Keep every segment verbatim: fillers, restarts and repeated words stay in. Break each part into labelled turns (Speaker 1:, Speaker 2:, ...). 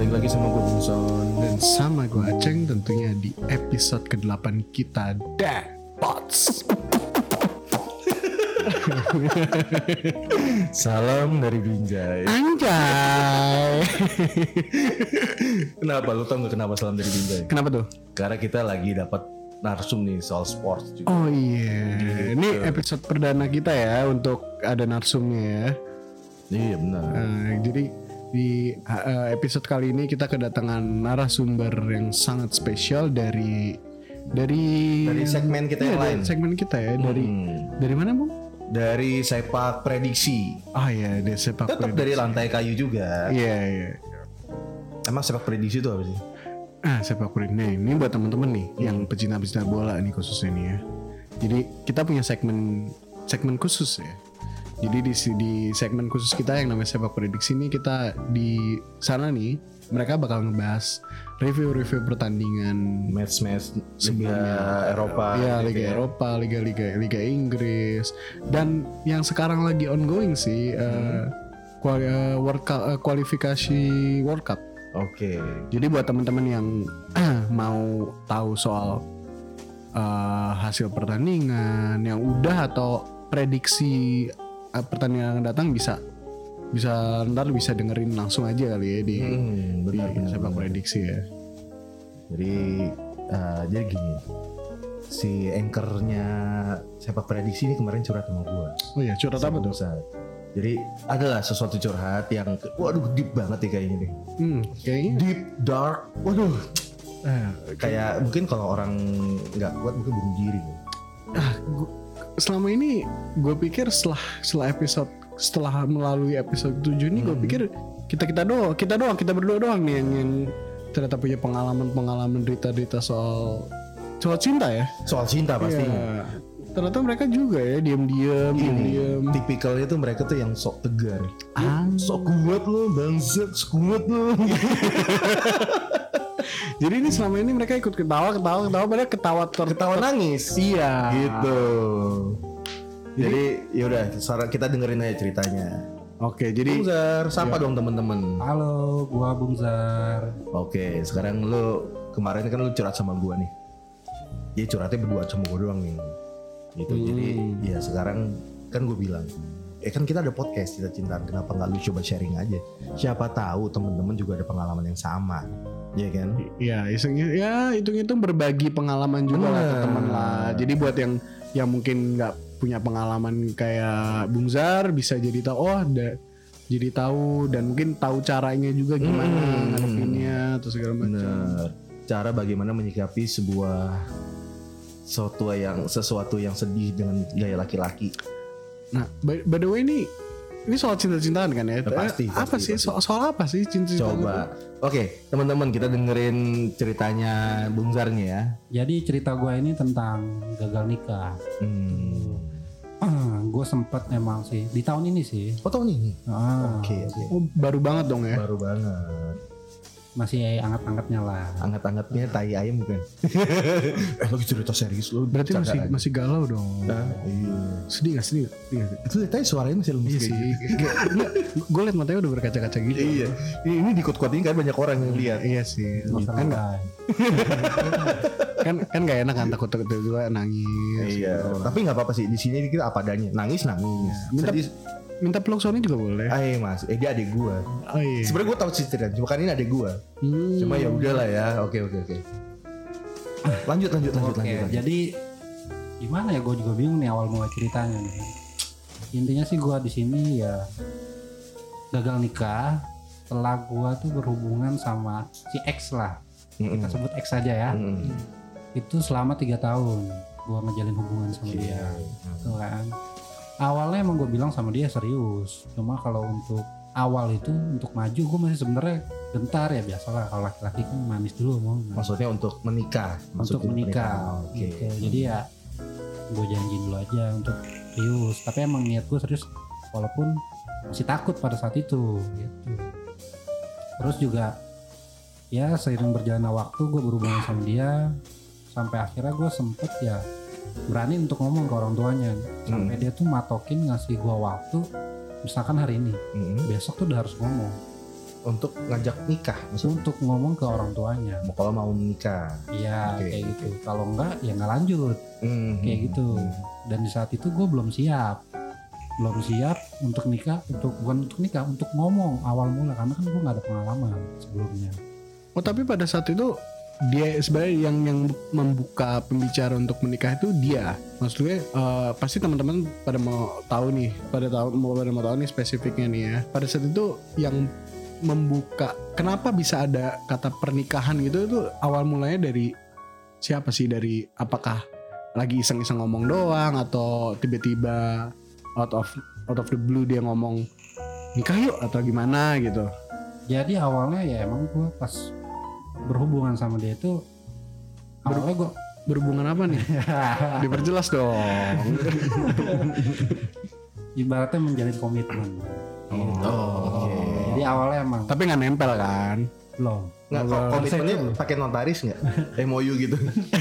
Speaker 1: Balik lagi sama gue Bung Son
Speaker 2: dan sama gue Aceng tentunya di episode kedelapan kita Dapots.
Speaker 1: Salam dari Binjai.
Speaker 2: Anjay.
Speaker 1: Kenapa lu tau gak kenapa salam dari Binjai?
Speaker 2: Kenapa tuh?
Speaker 1: Karena kita lagi dapat narsum nih soal sports juga.
Speaker 2: Oh iya, ini episode perdana kita ya untuk ada narsumnya ya.
Speaker 1: Iya benar.
Speaker 2: Uh, jadi di uh, episode kali ini kita kedatangan narasumber yang sangat spesial dari dari
Speaker 1: Dari segmen kita yang
Speaker 2: iya,
Speaker 1: lain.
Speaker 2: Segmen kita ya dari
Speaker 1: Hmm.
Speaker 2: dari mana Bung?
Speaker 1: Dari sepak prediksi.
Speaker 2: Ah iya, dari sepak
Speaker 1: Tetap
Speaker 2: prediksi.
Speaker 1: dari lantai kayu juga.
Speaker 2: Iya iya.
Speaker 1: Emang sepak prediksi itu apa sih?
Speaker 2: Ah sepak prediksi. Nah, ini buat teman-teman nih hmm. yang pecinta-pecinta bola nih khususnya nih ya. Jadi kita punya segmen segmen khusus ya. Jadi di di segmen khusus kita yang namanya sepak prediksi ini kita di sana nih mereka bakal ngebahas review-review pertandingan
Speaker 1: Match-match
Speaker 2: sebelumnya
Speaker 1: Liga Eropa.
Speaker 2: ya
Speaker 1: gitu
Speaker 2: Liga
Speaker 1: ya.
Speaker 2: Eropa, Liga-Liga Liga Inggris dan yang sekarang lagi ongoing sih hmm. uh, kuali, uh, World Cup, uh, kualifikasi World Cup.
Speaker 1: Oke. Okay.
Speaker 2: Jadi buat teman-teman yang mau tahu soal uh, hasil pertandingan yang udah atau prediksi uh, pertandingan yang datang bisa bisa ntar bisa dengerin langsung aja kali ya di,
Speaker 1: hmm, benar,
Speaker 2: di
Speaker 1: benar,
Speaker 2: sepak
Speaker 1: benar.
Speaker 2: prediksi ya.
Speaker 1: Jadi uh, jadi gini, si anchornya sepak prediksi ini kemarin curhat sama gue.
Speaker 2: Oh iya, curhat apa tuh?
Speaker 1: Jadi adalah sesuatu curhat yang, waduh deep banget nih kayaknya nih.
Speaker 2: Hmm, kayaknya
Speaker 1: Deep, dark, waduh.
Speaker 2: eh,
Speaker 1: Kayak mungkin kalau orang nggak kuat mungkin bunuh diri.
Speaker 2: Ah, gua, selama ini gue pikir setelah setelah episode setelah melalui episode tujuh ini gue hmm. pikir kita kita doang kita doang kita berdua doang nih yang, yang ternyata punya pengalaman-pengalaman derita-derita soal soal cinta ya.
Speaker 1: Soal cinta pastinya.
Speaker 2: Ya, ternyata mereka juga ya diam-diam, diam-diam.
Speaker 1: Tipikalnya tuh mereka tuh yang sok tegar.
Speaker 2: Ah.
Speaker 1: Sok kuat lo, bangsat, kuat lo.
Speaker 2: Jadi ini selama ini mereka ikut ketawa, ketawa, ketawa, padahal ketawa ter
Speaker 1: ketawa nangis.
Speaker 2: Iya.
Speaker 1: Gitu. Jadi, jadi yaudah, kita dengerin aja ceritanya.
Speaker 2: Oke, jadi
Speaker 1: Bungzar, sapa
Speaker 2: iya.
Speaker 1: dong temen-temen.
Speaker 3: Halo, gua Bungzar.
Speaker 1: Oke, sekarang lu kemarin kan lu curhat sama gua nih. Jadi curhatnya berdua sama gua doang nih. Gitu.
Speaker 2: Hmm.
Speaker 1: Jadi ya sekarang kan gua bilang, eh kan kita ada podcast Cinta Cintaan, kenapa nggak lu coba sharing aja? Siapa tahu temen-temen juga ada pengalaman yang sama. Iya kan?
Speaker 2: Iya, isengnya ya hitung-hitung berbagi pengalaman juga lah ke teman lah. Jadi buat yang yang mungkin nggak punya pengalaman kayak Bungzar bisa jadi tahu oh ada jadi tahu dan mungkin tahu caranya juga gimana hmm. ngadepinnya atau segala macam.
Speaker 1: Bener. Cara bagaimana menyikapi sebuah sesuatu yang sesuatu yang sedih dengan gaya laki-laki.
Speaker 2: Nah, by, by the way ini ini soal cinta-cintaan kan ya?
Speaker 1: Ya pasti,
Speaker 2: apa
Speaker 1: pasti,
Speaker 2: sih
Speaker 1: pasti.
Speaker 2: soal soal apa sih cinta-cintaan?
Speaker 1: Coba. Oke, teman-teman kita dengerin ceritanya Bungzarnya ya.
Speaker 3: Jadi cerita gua ini tentang gagal nikah.
Speaker 1: Hmm.
Speaker 3: Ah, gue sempet emang sih di tahun ini sih.
Speaker 1: Oh tahun ini?
Speaker 3: Ah,
Speaker 1: Oke, oke.
Speaker 2: Oh, baru banget dong ya?
Speaker 1: Baru banget.
Speaker 3: Masih anget-angetnya lah.
Speaker 1: Anget-angetnya tai ayam bukan? eh lagi cerita serius lu.
Speaker 2: Berarti masih
Speaker 1: aja.
Speaker 2: masih galau dong.
Speaker 1: Nah, iya.
Speaker 2: Sedih gak sedih? Gak? Sedih gak?
Speaker 1: Itu tadi suaranya masih lemes
Speaker 2: Iya
Speaker 1: kayak
Speaker 2: sih.
Speaker 1: gitu.
Speaker 2: Gue liat matanya udah berkaca-kaca gitu.
Speaker 1: Iya. Ini, ini dikut-kutin kan banyak orang yang lihat.
Speaker 2: Iya sih.
Speaker 3: Masalah
Speaker 2: Kan
Speaker 3: lain.
Speaker 2: kan kan gak enak kan takut-takut juga nangis.
Speaker 1: Iya.
Speaker 2: gitu.
Speaker 1: Tapi nggak apa-apa sih. Di sini kita apa adanya. Nangis nangis.
Speaker 2: Minta
Speaker 1: Sedih.
Speaker 2: minta peluk Sony juga boleh.
Speaker 1: Eh mas, eh dia adik gua.
Speaker 2: Oh iya.
Speaker 1: Sebenarnya gua tahu ceritanya, cuma kan ini adik gua.
Speaker 2: Hmm.
Speaker 1: Cuma ya udahlah ya. Oke oke oke. Lanjut lanjut lanjut
Speaker 3: Oke,
Speaker 1: lanjut. lanjut.
Speaker 3: jadi gimana ya? Gue juga bingung nih awal mulai ceritanya nih. Intinya sih gue di sini ya gagal nikah setelah gue tuh berhubungan sama si X lah.
Speaker 1: Mm-mm.
Speaker 3: Kita sebut X saja ya.
Speaker 1: Mm-mm.
Speaker 3: Itu selama tiga tahun gue ngejalin hubungan sama
Speaker 1: Iya.
Speaker 3: dia. Tuh kan. Awalnya emang gue bilang sama dia serius. Cuma kalau untuk awal itu untuk maju gue masih sebenarnya gentar ya, biasalah kalau laki-laki kan manis dulu mau.
Speaker 1: Maksudnya untuk menikah.
Speaker 3: Untuk
Speaker 1: Maksudnya
Speaker 3: menikah.
Speaker 1: Oke.
Speaker 3: Gitu. Jadi ya gue janjiin dulu aja untuk serius. Tapi emang niat gue serius walaupun masih takut pada saat itu. Gitu. Terus juga ya seiring berjalannya waktu gue berhubungan sama dia sampai akhirnya gue sempet ya berani untuk ngomong ke orang tuanya sampai hmm. dia tuh matokin ngasih gue waktu misalkan hari ini
Speaker 1: hmm.
Speaker 3: besok tuh udah harus ngomong
Speaker 1: untuk ngajak nikah maksudnya.
Speaker 3: untuk ngomong ke orang tuanya.
Speaker 1: Mau kalau mau menikah.
Speaker 3: Iya
Speaker 1: Oke,
Speaker 3: kayak
Speaker 1: oke.
Speaker 3: gitu. Kalau enggak ya nggak lanjut
Speaker 1: Hmm,
Speaker 3: kayak
Speaker 1: hmm,
Speaker 3: gitu.
Speaker 1: hmm.
Speaker 3: Dan di saat itu gue belum siap, belum siap untuk nikah, untuk bukan untuk nikah, untuk ngomong awal mula karena kan gue nggak ada pengalaman sebelumnya.
Speaker 2: Oh tapi pada saat itu dia sebenarnya yang yang membuka pembicara untuk menikah itu dia. Maksudnya eh, pasti teman-teman pada mau tahu nih, pada tahu mau pada mau tahu nih spesifiknya nih ya. Pada saat itu yang membuka kenapa bisa ada kata pernikahan gitu itu awal mulanya dari siapa sih? Dari apakah lagi iseng-iseng ngomong doang atau tiba-tiba out of out of the blue dia ngomong nikah yuk atau gimana gitu?
Speaker 3: Jadi awalnya ya emang gue pas berhubungan sama dia itu awalnya gue
Speaker 2: Berhubungan apa nih? Diperjelas dong.
Speaker 3: ibaratnya menjalin komitmen.
Speaker 1: Oh, oke.
Speaker 3: Jadi awalnya emang
Speaker 2: Tapi nggak nempel kan?
Speaker 3: belum.
Speaker 1: Nggak, kok komitmennya pakai notaris nggak? M O U gitu.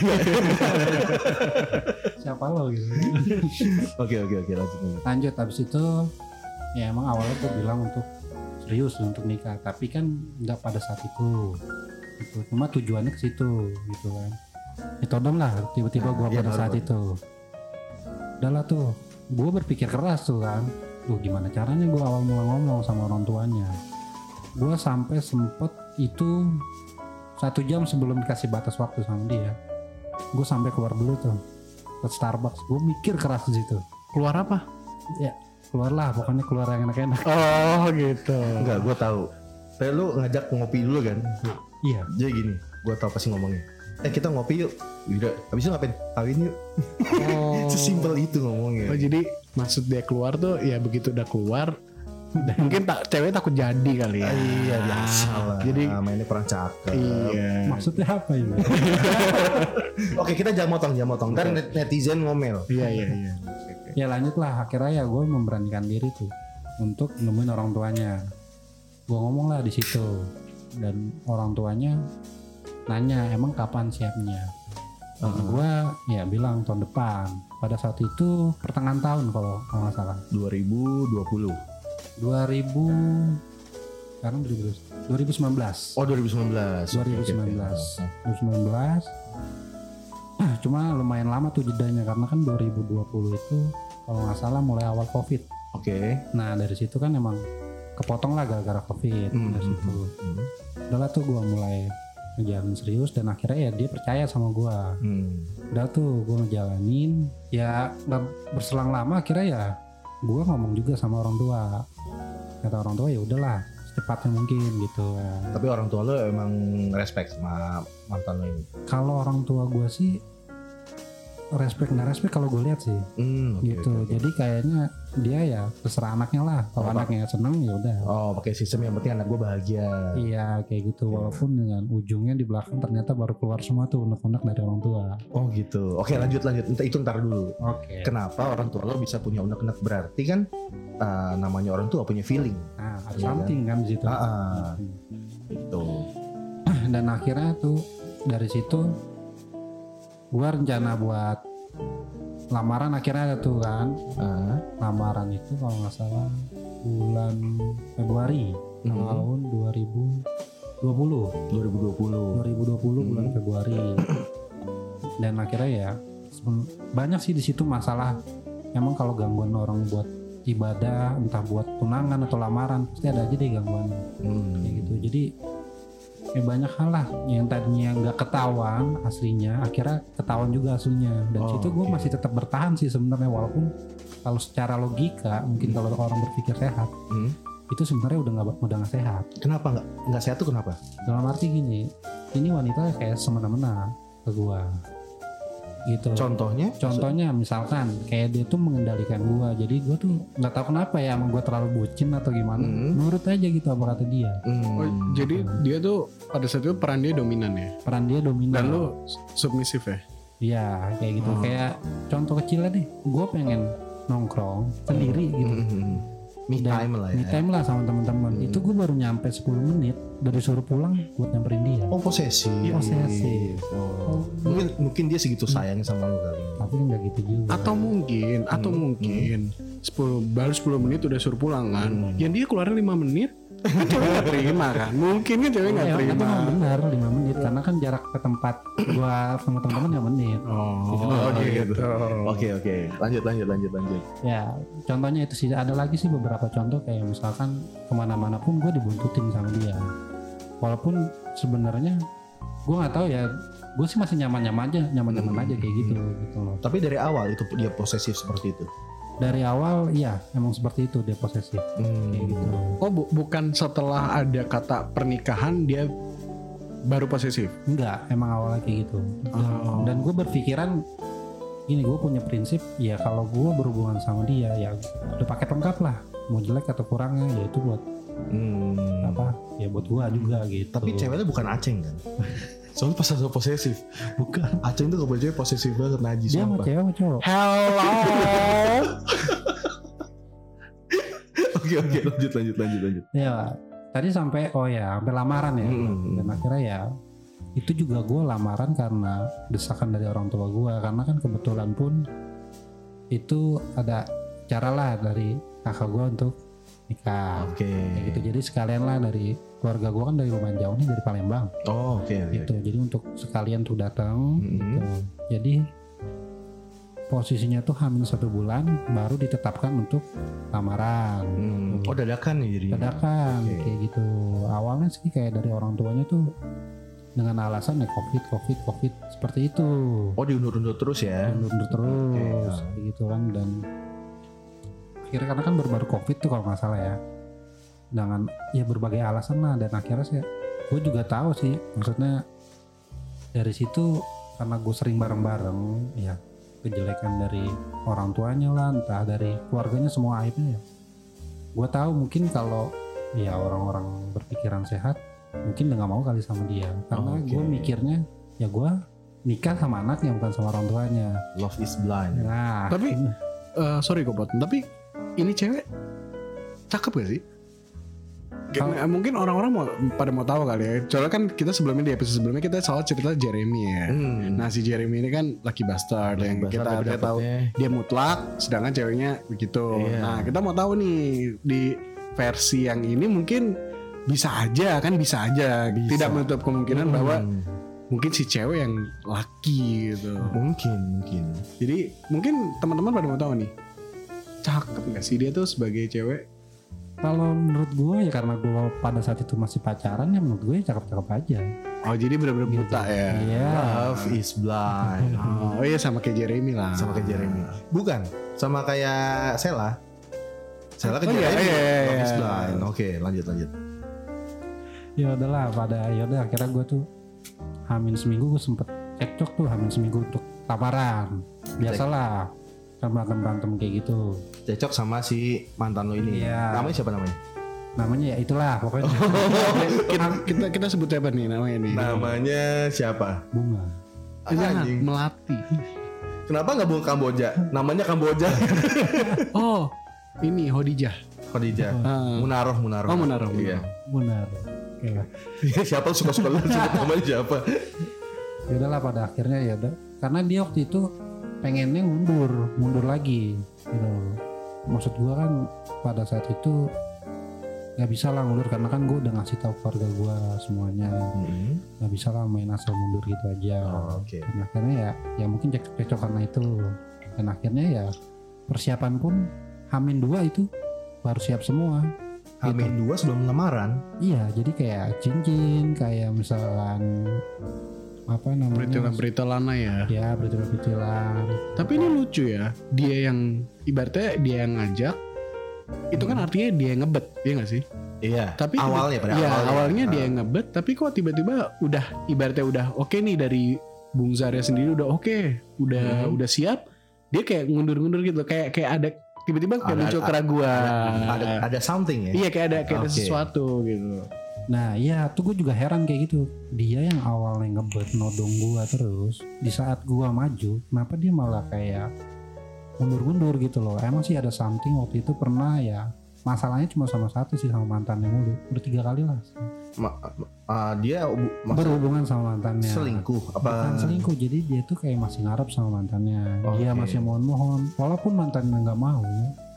Speaker 3: Siapa lo gitu.
Speaker 1: Oke oke oke lanjut lanjut.
Speaker 3: Lanjut habis itu ya emang awalnya gue bilang untuk serius untuk nikah, tapi kan nggak pada saat itu. Gitu. Cuma tujuannya ke situ gitu kan. Ditodong lah tiba-tiba gue
Speaker 1: Iya,
Speaker 3: pada
Speaker 1: baru,
Speaker 3: saat
Speaker 1: baru.
Speaker 3: itu. Udah lah tuh, gue berpikir keras tuh kan. Tuh gimana caranya gue awal mula ngomong sama orang tuanya. Gue sampai sempet itu satu jam sebelum dikasih batas waktu sama dia, gue sampai keluar dulu tuh ke Starbucks. Gue mikir keras di situ.
Speaker 2: Keluar apa?
Speaker 3: Ya keluarlah, pokoknya keluar yang enak-enak.
Speaker 2: Oh gitu.
Speaker 1: Enggak, gue tahu. Tapi lu ngajak ngopi dulu kan?
Speaker 3: Iya.
Speaker 1: Jadi gini, gue tahu pasti ngomongnya. Eh kita ngopi yuk. Udah, habis itu ngapain? Kawin yuk.
Speaker 2: Oh.
Speaker 1: Sesimpel itu ngomongnya.
Speaker 2: Oh jadi maksud dia keluar tuh ya begitu udah keluar mungkin tak cewek takut jadi kali ya.
Speaker 1: Ah, iya biasa lah.
Speaker 2: Jadi
Speaker 1: mainnya kurang cakep.
Speaker 2: iya.
Speaker 3: Maksudnya apa ini?
Speaker 1: Oke kita jangan motong jangan motong. Ntar net- netizen ngomel.
Speaker 2: Iya iya iya.
Speaker 3: Ya lanjutlah, akhirnya ya gue memberanikan diri tuh untuk nemuin orang tuanya. Gue ngomong lah di situ dan orang tuanya nanya emang kapan siapnya. Dan gue ya bilang tahun depan. Pada saat itu pertengahan tahun kalau kalau nggak salah.
Speaker 1: dua ribu dua puluh.
Speaker 3: dua ribu sekarang dua ribu sembilan belas.
Speaker 1: Oh dua ribu sembilan belas.
Speaker 3: dua ribu sembilan belas. dua ribu sembilan belas. Ah, cuma lumayan lama tuh jedanya karena kan dua ribu dua puluh itu kalau nggak salah mulai awal Covid.
Speaker 1: Oke.
Speaker 3: Nah dari situ kan emang kepotong lah gara-gara Covid.
Speaker 1: Hmm,
Speaker 3: Dari situ.
Speaker 1: hmm,
Speaker 3: Udah lah tuh gue mulai ngejalanin serius dan akhirnya ya dia percaya sama gue.
Speaker 1: hmm.
Speaker 3: Udah tuh gue ngejalanin. Ya nggak berselang lama akhirnya ya gue ngomong juga sama orang tua. Kata orang tua ya udahlah secepatnya mungkin gitu kan.
Speaker 1: Tapi orang tua lo emang respect sama mantan lo ini.
Speaker 3: Kalau orang tua gue sih respect nggak respect kalau gue lihat sih.
Speaker 1: Hmm, oke,
Speaker 3: Gitu.
Speaker 1: oke, oke.
Speaker 3: Jadi kayaknya dia ya terserah anaknya lah. Kalau
Speaker 1: Apa?
Speaker 3: anaknya seneng ya udah.
Speaker 1: Oh pakai sistem yang penting anak gue bahagia.
Speaker 3: Iya kayak gitu. Walaupun dengan ujungnya di belakang ternyata baru keluar semua tuh unek-unek dari orang tua.
Speaker 1: Oh gitu. Oke lanjut lanjut. Entar itu ntar dulu.
Speaker 3: Oke.
Speaker 1: Kenapa orang tua lo bisa punya unek-unek? Berarti kan uh, namanya orang tua punya feeling.
Speaker 3: Nah ada
Speaker 1: Iya
Speaker 3: something kan di situ.
Speaker 1: Ah, ah. Gitu.
Speaker 3: Dan akhirnya tuh dari situ gua rencana buat lamaran akhirnya ada tuh kan.
Speaker 1: Ah.
Speaker 3: Lamaran itu kalau nggak salah bulan Februari
Speaker 1: Mhm.
Speaker 3: tahun dua ribu dua puluh.
Speaker 1: dua ribu dua puluh.
Speaker 3: dua ribu dua puluh bulan
Speaker 1: Hmm.
Speaker 3: Februari. Dan akhirnya ya seben- banyak sih di situ masalah. Emang kalau gangguan orang buat ibadah, entah buat tunangan atau lamaran, pasti ada aja deh gangguan
Speaker 1: Hmm.
Speaker 3: kayak gitu. Jadi ya banyak hal lah yang tadinya nggak ketahuan aslinya, akhirnya ketahuan juga aslinya. Dan
Speaker 1: Oh,
Speaker 3: situ gue
Speaker 1: oke.
Speaker 3: masih tetap bertahan sih sebenarnya, walaupun kalau secara logika mungkin kalau orang berpikir sehat
Speaker 1: Hmm.
Speaker 3: itu sebenarnya udah nggak udah nggak sehat.
Speaker 1: Kenapa nggak nggak sehat tuh kenapa?
Speaker 3: Dalam arti gini, ini wanita kayak semena-mena ke gua gitu.
Speaker 1: Contohnya?
Speaker 3: Contohnya misalkan kayak dia tuh mengendalikan gua, jadi gua tuh nggak tahu kenapa ya emang gua terlalu bucin atau gimana.
Speaker 1: Hmm.
Speaker 3: Nurut aja gitu apa kata dia.
Speaker 1: Hmm.
Speaker 2: Oh, jadi dia tuh pada saat itu peran dia dominan ya.
Speaker 3: Peran dia dominan.
Speaker 2: Dan lu submisif ya.
Speaker 3: Iya kayak gitu.
Speaker 1: Oh.
Speaker 3: Kayak contoh kecilnya deh, gua pengen nongkrong sendiri gitu.
Speaker 1: Hmm, hmm, hmm. Me
Speaker 3: Dan
Speaker 1: time lah ya.
Speaker 3: Me time lah sama teman-teman.
Speaker 1: Hmm.
Speaker 3: Itu gua baru nyampe sepuluh menit dari suruh pulang buat nyamperin dia.
Speaker 1: Oh posesif.
Speaker 3: Iya, posesif.
Speaker 1: Oh. Mungkin mungkin dia segitu sayangnya sama lo kali.
Speaker 3: Tapi kan nggak gitu juga.
Speaker 2: Atau mungkin, atau
Speaker 1: Hmm,
Speaker 2: mungkin sepuluh baru sepuluh menit udah suruh pulang kan.
Speaker 1: Hmm.
Speaker 2: Yang dia keluarnya lima menit Kan cewek gak terima kan. Mungkin kan cewek gak
Speaker 3: Ya, tapi
Speaker 2: terima.
Speaker 3: emang benar lima menit karena kan jarak ke tempat gua sama teman-teman lima menit.
Speaker 2: Oh,
Speaker 1: Oke
Speaker 2: gitu.
Speaker 1: Oke oke. Lanjut lanjut lanjut lanjut.
Speaker 3: Ya contohnya itu sih, ada lagi sih beberapa contoh kayak misalkan kemana-mana pun gue dibuntutin sama dia. Walaupun sebenarnya gue nggak tahu ya, gue sih masih nyaman-nyaman aja, nyaman-nyaman
Speaker 1: Hmm.
Speaker 3: aja kayak gitu gitu loh.
Speaker 1: Tapi dari awal itu dia posesif seperti itu.
Speaker 3: Dari awal iya emang seperti itu dia posesif kayak gitu.
Speaker 2: Oh bu- bukan setelah ada kata pernikahan dia baru posesif.
Speaker 3: Enggak, emang awalnya kayak gitu.
Speaker 2: Oh.
Speaker 3: Dan gue berpikiran gini, gue punya prinsip ya kalau gue berhubungan sama dia ya udah paket lengkap lah, mau jelek atau kurangnya ya itu buat
Speaker 1: Hmm.
Speaker 3: apa ya buat gue juga gitu.
Speaker 1: Tapi ceweknya bukan Aceng kan? Soalnya pas ada posesif. Bukan. Aceng tuh kalau cewek posesif banget, najis.
Speaker 3: dia sama
Speaker 1: sumpah.
Speaker 3: cewek sama cowok.
Speaker 2: Hello.
Speaker 1: Oke oke lanjut lanjut lanjut lanjut.
Speaker 3: Ya tadi sampai oh ya sampai lamaran ya.
Speaker 1: Hmm.
Speaker 3: Dan akhirnya ya itu juga gue lamaran karena desakan dari orang tua gue, karena kan kebetulan pun itu ada cara lah dari kakak gue untuk nikah.
Speaker 1: Oke.
Speaker 3: Kayak gitu, jadi sekalian lah dari keluarga gue kan dari lumayan jauh nih, dari Palembang
Speaker 1: Oh oke oke.
Speaker 3: gitu, jadi untuk sekalian tuh datang
Speaker 1: Mhm.
Speaker 3: gitu. Jadi posisinya tuh hamil satu bulan baru ditetapkan untuk lamaran.
Speaker 1: Hmm. Oh dadakan nih jadi.
Speaker 3: Dadakan
Speaker 1: Oke.
Speaker 3: kayak gitu. Awalnya sih kayak dari orang tuanya tuh dengan alasan ya covid covid covid seperti itu.
Speaker 1: Oh diundur-undur terus ya.
Speaker 3: Mundur terus
Speaker 1: Oke, ya.
Speaker 3: kayak gitu kan. Dan akhirnya karena kan baru-baru covid tuh kalau nggak salah ya, dengan ya berbagai alasan lah, dan akhirnya sih gue juga tahu sih, maksudnya dari situ karena gue sering bareng-bareng ya, kejelekan dari orang tuanya lah, entah dari keluarganya, semua aibnya ya gue tahu. Mungkin kalau ya orang-orang berpikiran sehat mungkin udah nggak mau kali sama dia, karena
Speaker 1: Oke.
Speaker 3: gue mikirnya ya gue nikah sama anaknya bukan sama orang tuanya.
Speaker 1: Love is blind.
Speaker 3: Nah
Speaker 2: Tapi eh, sorry kok potong, tapi ini cewek cakep gak sih? Kayak, mungkin orang-orang mau pada mau tahu kali ya. Soalnya kan kita sebelumnya di episode sebelumnya kita soal cerita Jeremy ya.
Speaker 1: Hmm.
Speaker 2: Nah si Jeremy ini kan lucky bastard yang
Speaker 1: Bastard,
Speaker 2: kita,
Speaker 1: tapi
Speaker 2: kita tahu
Speaker 1: dapetnya-
Speaker 2: dia mutlak, sedangkan ceweknya begitu.
Speaker 1: Iya.
Speaker 2: Nah kita mau tahu nih di versi yang ini mungkin bisa aja kan, bisa aja,
Speaker 1: Bisa.
Speaker 2: tidak menutup kemungkinan
Speaker 1: Hmm.
Speaker 2: bahwa mungkin si cewek yang laki gitu.
Speaker 1: mungkin mungkin.
Speaker 2: Jadi mungkin teman-teman pada mau tahu nih, cakep nggak sih dia tuh sebagai cewek?
Speaker 3: kalau menurut gue ya karena gue pada saat itu masih pacaran ya, menurut gue cakep-cakep aja.
Speaker 2: Oh jadi benar-benar buta ya?
Speaker 3: Iya.
Speaker 1: Love is blind.
Speaker 2: Oh iya sama kayak Jeremy lah.
Speaker 1: Sama kayak Jeremy. Bukan, sama kayak Sela. Sela ke
Speaker 2: Oh, iya,
Speaker 1: Jeremy.
Speaker 2: iya, iya,
Speaker 1: Love is
Speaker 2: iya.
Speaker 1: blind. Oke, lanjut lanjut.
Speaker 3: Ya udahlah, pada ya udah akhirnya gue tuh hamil seminggu, gue sempet cekcok tuh hamil seminggu untuk lamaran. Biasalah kan berantem-berantem kayak gitu.
Speaker 1: Cecok sama si mantan lo ini.
Speaker 3: Iya.
Speaker 1: Namanya siapa namanya?
Speaker 3: Namanya ya itulah pokoknya.
Speaker 2: kita, kita kita sebut apa nih namanya nih?
Speaker 1: Namanya siapa?
Speaker 3: Bunga.
Speaker 2: Eh, jangan,
Speaker 1: Anjing.
Speaker 2: Melati.
Speaker 1: Kenapa nggak bunga Kamboja? Namanya Kamboja.
Speaker 2: Oh ini Hodijah.
Speaker 1: Khadijah.
Speaker 2: Ah.
Speaker 1: Munaroh, Munaroh.
Speaker 2: Oh Munaroh.
Speaker 1: Iya.
Speaker 3: Benar. Oke.
Speaker 1: Siapa suka-suka lu sebut namanya siapa?
Speaker 3: Ya udahlah pada akhirnya ya udah, karena dia waktu itu pengennya mundur, mundur lagi gitu. Maksud gue kan pada saat itu nggak bisa lah mundur, karena kan gue udah ngasih tahu keluarga gue semuanya, nggak bisa lah main asal mundur gitu aja.
Speaker 1: Oh, oke.
Speaker 3: Dan akhirnya ya ya mungkin cekcok karena itu, dan akhirnya ya persiapan pun Hamin dua itu baru siap semua.
Speaker 1: Hamin dua sebelum lamaran.
Speaker 3: Iya, jadi kayak cincin, kayak misalkan apa namanya?
Speaker 2: Berita-berita lana ya.
Speaker 3: Ya berita-beritilan.
Speaker 2: Tapi ini lucu ya. Dia yang ibaratnya dia yang ngajak. Itu kan artinya dia yang ngebet, iya gak sih?
Speaker 1: Iya.
Speaker 2: Tapi
Speaker 1: awalnya pada
Speaker 2: ya,
Speaker 1: awalnya.
Speaker 2: awalnya dia
Speaker 1: Ah.
Speaker 2: yang ngebet, tapi kok tiba-tiba udah ibaratnya udah oke nih dari Bung Zarya sendiri udah oke, udah
Speaker 1: Hmm.
Speaker 2: udah siap. Dia kayak ngundur-ngundur gitu, kayak kayak ada tiba-tiba kayak
Speaker 1: Ada-
Speaker 2: muncul
Speaker 1: ada-
Speaker 2: keraguan.
Speaker 1: ada ada something ya.
Speaker 2: Iya kayak ada kayak ada
Speaker 1: Oke.
Speaker 2: sesuatu gitu.
Speaker 3: Nah iya tuh gue juga heran kayak gitu. Dia yang awalnya ngebet nodong gua terus, di saat gua maju kenapa dia malah kayak mundur-mundur gitu loh. Emang sih ada something waktu itu pernah ya. Masalahnya cuma sama satu sih, sama mantannya mulu. Udah tiga kali lah
Speaker 1: Ma- ah, dia bu- maksud-
Speaker 3: berhubungan sama mantannya.
Speaker 1: selingkuh apa?
Speaker 3: Bukan selingkuh, jadi dia tuh kayak masih ngarep sama mantannya. Dia
Speaker 1: Oke.
Speaker 3: masih mohon-mohon, walaupun mantannya nggak mau.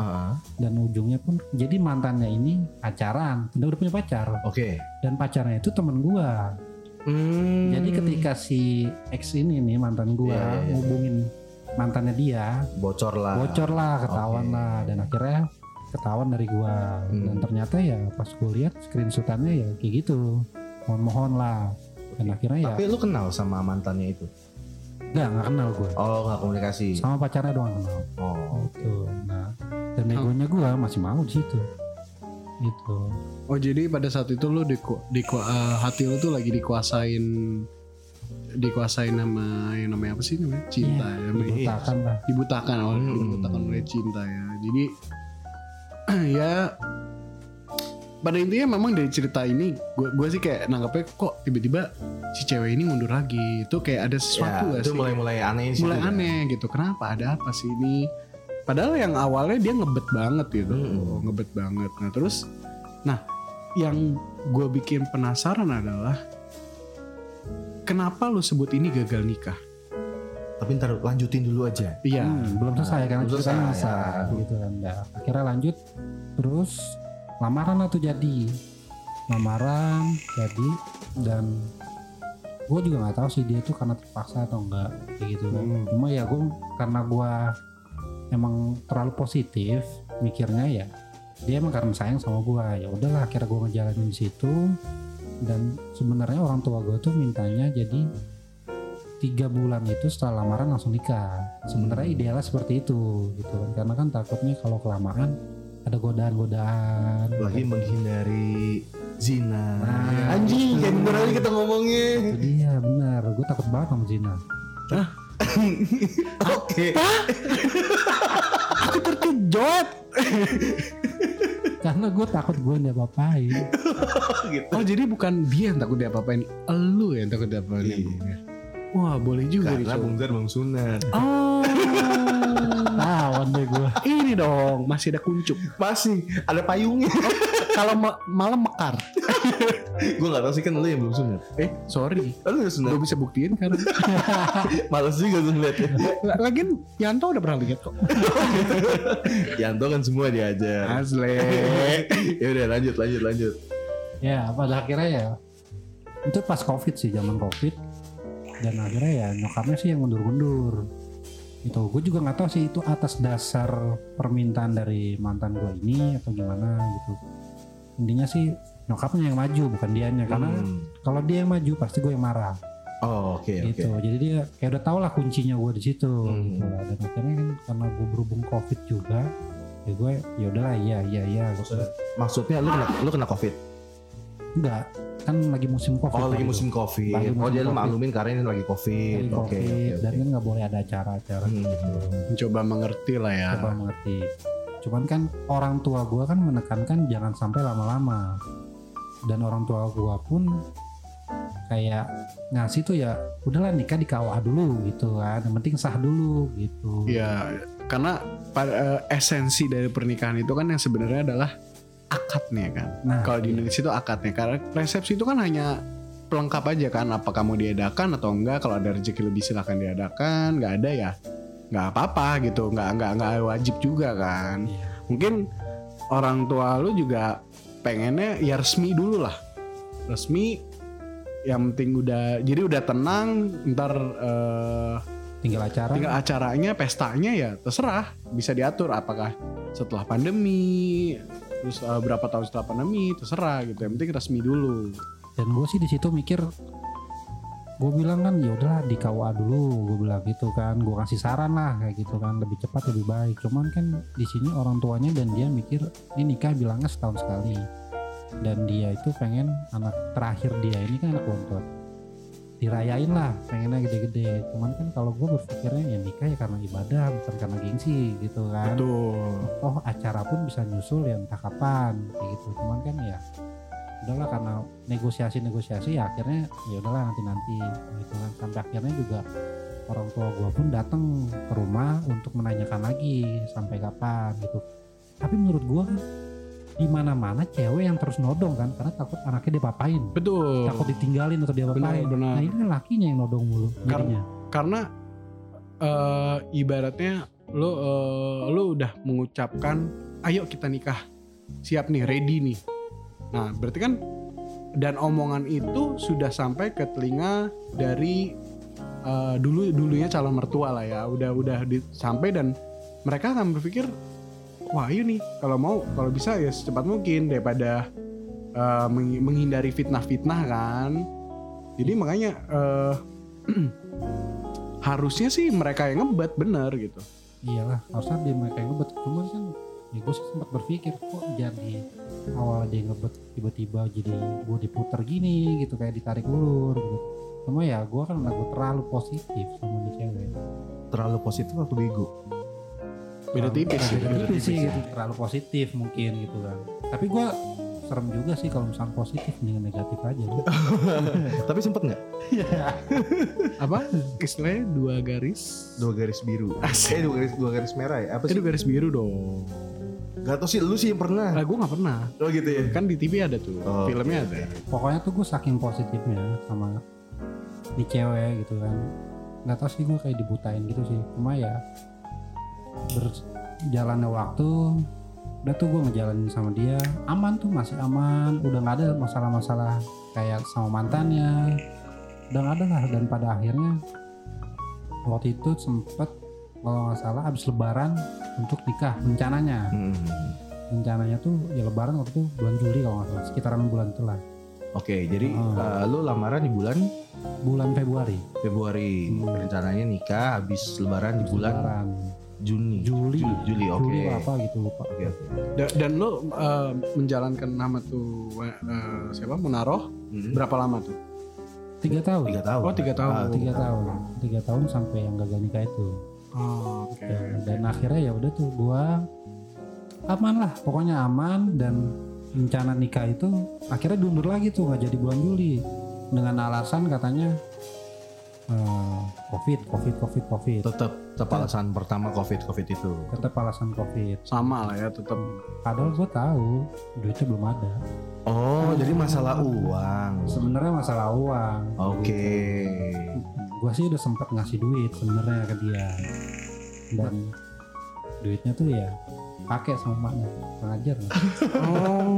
Speaker 1: Ah,
Speaker 3: dan ujungnya pun jadi mantannya ini pacaran, udah udah punya pacar,
Speaker 1: Oke.
Speaker 3: dan pacarnya itu temen gua.
Speaker 1: Hmm.
Speaker 3: Jadi ketika si ex ini nih mantan gua
Speaker 1: Iya, iya, iya.
Speaker 3: ngubungin mantannya dia,
Speaker 1: bocor lah.
Speaker 3: bocor lah, ketahuan
Speaker 1: Oke.
Speaker 3: lah, dan akhirnya ketahuan dari gua.
Speaker 1: Hmm.
Speaker 3: Dan ternyata ya pas gua lihat screenshotannya ya kayak gitu, mohon-mohon lah. Dan akhirnya ya
Speaker 1: Tapi lu kenal sama mantannya itu?
Speaker 3: nggak nggak kenal gua,
Speaker 1: Oh, nggak komunikasi.
Speaker 3: sama pacarnya doang kenal.
Speaker 1: Oh.
Speaker 3: Gitu. Nah, dan negonya gua masih mau di situ. Gitu.
Speaker 2: Oh jadi pada saat itu lu di, di uh, hati lu tuh lagi dikuasain dikuasain nama yang namanya apa sih namanya cinta
Speaker 3: Iya,
Speaker 2: ya, namanya
Speaker 3: dibutakan lah.
Speaker 2: dibutakan oleh
Speaker 1: Hmm.
Speaker 2: dibutakan oleh cinta ya. Jadi ya pada intinya memang dari cerita ini gue gue sih kayak nanggapnya kok tiba-tiba si cewek ini mundur lagi. Itu kayak ada sesuatu
Speaker 1: Ya,
Speaker 2: gak
Speaker 1: itu
Speaker 2: sih?
Speaker 1: mulai-mulai aneh sih.
Speaker 2: Mulai
Speaker 1: itu.
Speaker 2: aneh gitu. Kenapa ada apa sih ini? Padahal yang awalnya dia ngebet banget gitu,
Speaker 1: Hmm.
Speaker 2: ngebet banget. Nah terus, nah yang gue bikin penasaran adalah kenapa lu sebut ini gagal nikah?
Speaker 1: Tapi ntar lanjutin dulu aja.
Speaker 2: Iya.
Speaker 3: Hmm, belum selesai karena
Speaker 1: belum
Speaker 3: ceritanya
Speaker 1: selesai,
Speaker 3: masa
Speaker 1: ya.
Speaker 3: gitu kan. Ya, akhirnya lanjut terus lamaran lah tuh jadi. Lamaran jadi dan gue juga nggak tahu sih dia tuh karena terpaksa atau enggak kayak gitu kan.
Speaker 2: Hmm.
Speaker 3: Cuma ya gue karena gue emang terlalu positif mikirnya ya dia emang karena sayang sama gue, ya udahlah akhirnya gue ngejalanin di situ. Dan sebenarnya orang tua gue tuh mintanya jadi tiga bulan itu setelah lamaran langsung nikah. Sebenarnya
Speaker 1: Hmm.
Speaker 3: idealnya seperti itu gitu kan, karena kan takutnya kalau kelamaan ada godaan-godaan.
Speaker 1: Lagi menghindari zina.
Speaker 3: Nah,
Speaker 1: Anjing,
Speaker 3: itu.
Speaker 1: kayak bener aja kita ngomongnya.
Speaker 3: Itu dia benar, gue takut banget sama zina.
Speaker 1: Oke.
Speaker 2: Aku terkejut.
Speaker 3: Karena gue takut gue diapa-apain.
Speaker 1: Gitu.
Speaker 2: Oh jadi bukan dia yang takut diapa-apain, elu yang takut diapa-apain.
Speaker 1: Iya.
Speaker 2: Wah boleh juga nih.
Speaker 1: Karena
Speaker 2: Cok.
Speaker 1: Bung Zar belum sunat.
Speaker 2: Oh,
Speaker 3: Tawan deh gue.
Speaker 2: ini dong masih ada kuncup.
Speaker 1: Masih ada payungnya.
Speaker 2: Kalau me- malam mekar.
Speaker 1: Gue gak tau sih, kan lu yang belum sunat.
Speaker 2: Eh sorry,
Speaker 1: Oh, lu udah sunat.
Speaker 2: gue bisa buktiin karena
Speaker 1: Males juga gue ngeliatnya.
Speaker 2: lagian Yanto udah pernah lihat kok.
Speaker 1: Yanto kan semua diajar.
Speaker 2: Asli.
Speaker 1: Ya udah lanjut lanjut lanjut.
Speaker 3: Ya pada akhirnya ya itu pas covid sih, zaman covid. Dan akhirnya ya nyokapnya sih yang mundur-mundur. Itu gue juga nggak tahu sih itu atas dasar permintaan dari mantan gue ini atau gimana gitu. Intinya sih nyokapnya yang maju bukan dianya, karena
Speaker 1: Hmm.
Speaker 3: kalau dia yang maju pasti gue yang marah.
Speaker 1: Oh oke oke.
Speaker 3: Gitu. Jadi dia kayak udah tau lah kuncinya gue di situ.
Speaker 1: Hmm.
Speaker 3: Gitu lah. Dan akhirnya kan karena gue berhubung covid juga, ya gue ya udahlah iya iya iya. Gitu.
Speaker 1: Maksudnya lu kena lu kena covid?
Speaker 3: Enggak, kan lagi musim covid.
Speaker 1: Oh lagi
Speaker 3: waktu
Speaker 1: musim
Speaker 3: itu.
Speaker 1: covid.
Speaker 3: Lagi
Speaker 1: Oh
Speaker 3: musim
Speaker 1: dia lu
Speaker 3: Covid.
Speaker 1: maklumin karena ini lagi covid.
Speaker 3: Lagi
Speaker 1: Oke
Speaker 3: covid,
Speaker 1: oke
Speaker 3: dan
Speaker 1: oke.
Speaker 3: kan nggak boleh ada acara-acara
Speaker 1: Hmm.
Speaker 3: gitu.
Speaker 2: Mencoba mengerti lah ya.
Speaker 3: Coba mengerti. Cuman kan orang tua gue kan menekankan jangan sampai lama-lama. Dan orang tua gue pun kayak ngasih tuh ya udahlah nikah di K U A dulu gitu kan. Yang penting sah dulu gitu.
Speaker 2: Iya, karena pada eh, esensi dari pernikahan itu kan yang sebenarnya adalah akadnya kan.
Speaker 3: Nah,
Speaker 2: Kalau di
Speaker 3: iya.
Speaker 2: Indonesia itu akadnya, karena resepsi itu kan hanya pelengkap aja kan. Apakah mau diadakan atau enggak? Kalau ada rezeki lebih silahkan diadakan. Nggak ada ya, nggak apa-apa gitu. Nggak nggak nggak wajib juga kan.
Speaker 3: Iya.
Speaker 2: Mungkin orang tua lu juga pengennya ya resmi dulu lah, resmi. Yang penting udah, jadi udah tenang. Ntar eh,
Speaker 3: Tinggal acara.
Speaker 2: tinggal acaranya, pestanya ya terserah, bisa diatur apakah setelah pandemi, terus uh, berapa tahun setelah pandemi, terserah gitu. Yang penting resmi dulu.
Speaker 3: Dan gue sih di situ mikir, gue bilang kan ya udahlah di K U A dulu, gue bilang gitu kan, gue kasih saran lah kayak gitu kan, lebih cepat lebih baik. Cuman kan di sini orang tuanya dan dia mikir ini nikah bilangnya setahun sekali, dan dia itu pengen anak terakhir dia ini kan anak bontot, dirayain lah, pengennya gede-gede. Cuman kan kalau gue berpikirnya ya nikah ya karena ibadah bukan karena gengsi gitu kan.
Speaker 2: Betul.
Speaker 3: Oh acara pun bisa nyusul ya entah kapan kayak gitu. Cuman kan ya udahlah karena negosiasi-negosiasi ya akhirnya ya udahlah nanti-nanti gitu kan. Sampai akhirnya juga orang tua gue pun datang ke rumah untuk menanyakan lagi sampai kapan gitu. Tapi menurut gue kan di mana-mana cewek yang terus nodong kan, karena takut anaknya dipapain,
Speaker 2: Betul.
Speaker 3: takut ditinggalin atau diapapain.
Speaker 2: Benar, benar.
Speaker 3: Nah ini kan lakinya yang nodong mulu jadinya.
Speaker 2: Karena uh, ibaratnya lo uh, lo udah mengucapkan ayo kita nikah, siap nih, ready nih. Nah berarti kan, dan omongan itu sudah sampai ke telinga dari uh, dulu dulunya calon mertua lah ya, udah udah di, sampai, dan mereka akan berpikir, wah iya nih, kalau mau kalau bisa ya secepat mungkin daripada uh, menghindari fitnah-fitnah kan. Jadi makanya uh, harusnya sih mereka yang ngebet bener gitu.
Speaker 3: Iyalah, harusnya dia mereka yang ngebet. Cuma kan ya gue sih sempat berpikir kok jadi awal dia ngebet tiba-tiba jadi gue diputer gini gitu, kayak ditarik ulur gitu. Cuma ya gue kan gue terlalu positif sama nih cewek.
Speaker 1: Terlalu positif atau bego?
Speaker 2: Beda tipis sih.
Speaker 3: Beda tipis sih gitu, terlalu positif mungkin gitu kan. Tapi gue serem juga sih kalau misalnya positif dengan negatif aja.
Speaker 1: Tapi sempet nggak?
Speaker 2: Apa istilahnya dua garis?
Speaker 1: Dua garis biru. Eh dua garis dua garis merah ya? Apa sih?
Speaker 2: Itu garis biru dong.
Speaker 1: Gak tau sih, lu sih yang pernah.
Speaker 2: Nah, gue gak pernah.
Speaker 1: Oh gitu ya?
Speaker 2: Kan di T V ada tuh,
Speaker 1: oh,
Speaker 2: filmnya
Speaker 1: okay.
Speaker 2: ada.
Speaker 3: Pokoknya tuh gue saking positifnya sama di cewek gitu kan. Gak tau sih gue kayak dibutain gitu sih. Cuma ya berjalannya waktu, udah tuh gue ngejalanin sama dia, aman tuh, masih aman. Udah gak ada masalah-masalah kayak sama mantannya. Udah gak ada lah. Dan pada akhirnya waktu itu sempet, kalau nggak salah abis lebaran untuk nikah rencananya.
Speaker 1: Hmm.
Speaker 3: Rencananya tuh ya lebaran waktu itu bulan Juli kalau nggak salah, sekitaran bulan itulah.
Speaker 1: Oke, jadi
Speaker 3: Oh.
Speaker 1: uh, lu lamaran di bulan
Speaker 3: Bulan Februari.
Speaker 1: Februari.
Speaker 3: Hmm.
Speaker 1: Rencananya nikah habis lebaran di bulan
Speaker 3: Lebaran.
Speaker 1: Juni.
Speaker 3: Juli.
Speaker 1: Juli, Juli oke.
Speaker 3: Juli apa gitu lupa.
Speaker 1: Oke, oke.
Speaker 2: Da- dan lo uh, menjalankan nama tuh uh, siapa Munaroh
Speaker 1: Hmm.
Speaker 2: berapa lama tuh?
Speaker 3: Tiga tahun.
Speaker 1: Tiga tahun.
Speaker 2: Oh, tiga tahun.
Speaker 1: Ah,
Speaker 3: Tiga tahun. Tiga tahun sampai yang gagal nikah itu.
Speaker 2: Oh, oke.
Speaker 3: Dan, dan akhirnya ya udah tuh gua aman lah, pokoknya aman. Dan rencana nikah itu akhirnya diundur lagi tuh, nggak jadi bulan Juli dengan alasan katanya uh, covid covid covid covid
Speaker 1: Tetap tetap alasan pertama covid covid itu.
Speaker 3: tetap alasan covid.
Speaker 2: Sama lah ya, tetap.
Speaker 3: Padahal gue tahu duitnya belum ada.
Speaker 1: Oh, jadi masalah uang.
Speaker 3: Sebenarnya masalah uang.
Speaker 1: Oke.
Speaker 3: Gue sih udah sempat ngasih duit sebenarnya ke dia, dan duitnya tuh ya pakai sama maknya, pengajar.
Speaker 2: Oh.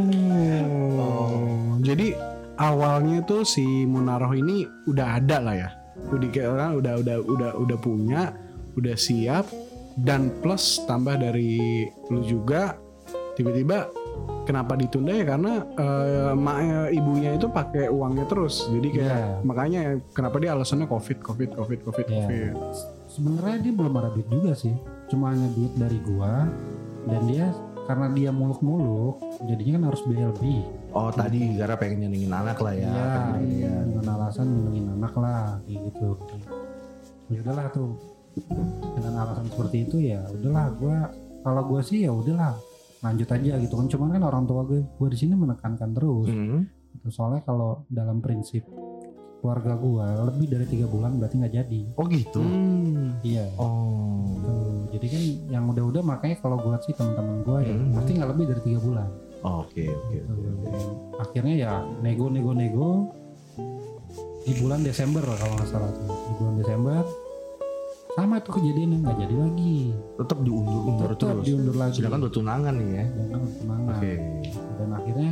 Speaker 2: oh. Jadi awalnya tuh si Munaroh ini udah ada lah ya. Udah kan udah udah udah udah punya, udah siap, dan plus tambah dari lu juga, tiba-tiba kenapa ditunda ya karena uh, maknya ibunya itu pakai uangnya terus. Jadi kayak
Speaker 3: Yeah.
Speaker 2: makanya kenapa dia alasannya covid covid covid covid
Speaker 3: Yeah.
Speaker 2: covid.
Speaker 3: Sebenarnya dia belum ada duit juga sih, cuma hanya duit dari gua, dan dia karena dia muluk-muluk jadinya kan harus biaya lebih.
Speaker 1: Oh, tadi gara pengen nyenengin anak lah ya.
Speaker 3: Iya,
Speaker 1: kan gitu ya.
Speaker 3: dengan alasan nyenengin anak lah kayak gitu. Ya udahlah tuh, dengan alasan seperti itu ya udahlah gua, kalau gua sih ya udahlah lanjut aja gitu kan. Cuman kan orang tua gue gue di sini menekankan terus.
Speaker 1: Hmm.
Speaker 3: Gitu. Soalnya kalau dalam prinsip keluarga gue lebih dari tiga bulan berarti nggak jadi.
Speaker 1: Oh gitu.
Speaker 2: Hmm.
Speaker 3: Iya.
Speaker 1: Oh.
Speaker 3: Tuh, jadi kan yang udah-udah, makanya kalau gue sih teman-teman gue ya
Speaker 1: Hmm.
Speaker 3: berarti nggak lebih dari tiga bulan.
Speaker 1: Oke, oke,
Speaker 3: Gitu.
Speaker 1: oke, oke.
Speaker 3: Akhirnya ya nego-nego-nego di bulan Desember kalau nggak salah tuh. Di bulan Desember sama tuh kejadiannya, nggak jadi lagi.
Speaker 1: Tetap diundur-undur
Speaker 3: Tetap
Speaker 1: terus.
Speaker 3: diundur lagi.
Speaker 1: Sedangkan udah tunangan nih ya.
Speaker 3: Sedangkan tunangan.
Speaker 1: Oke.
Speaker 3: Dan akhirnya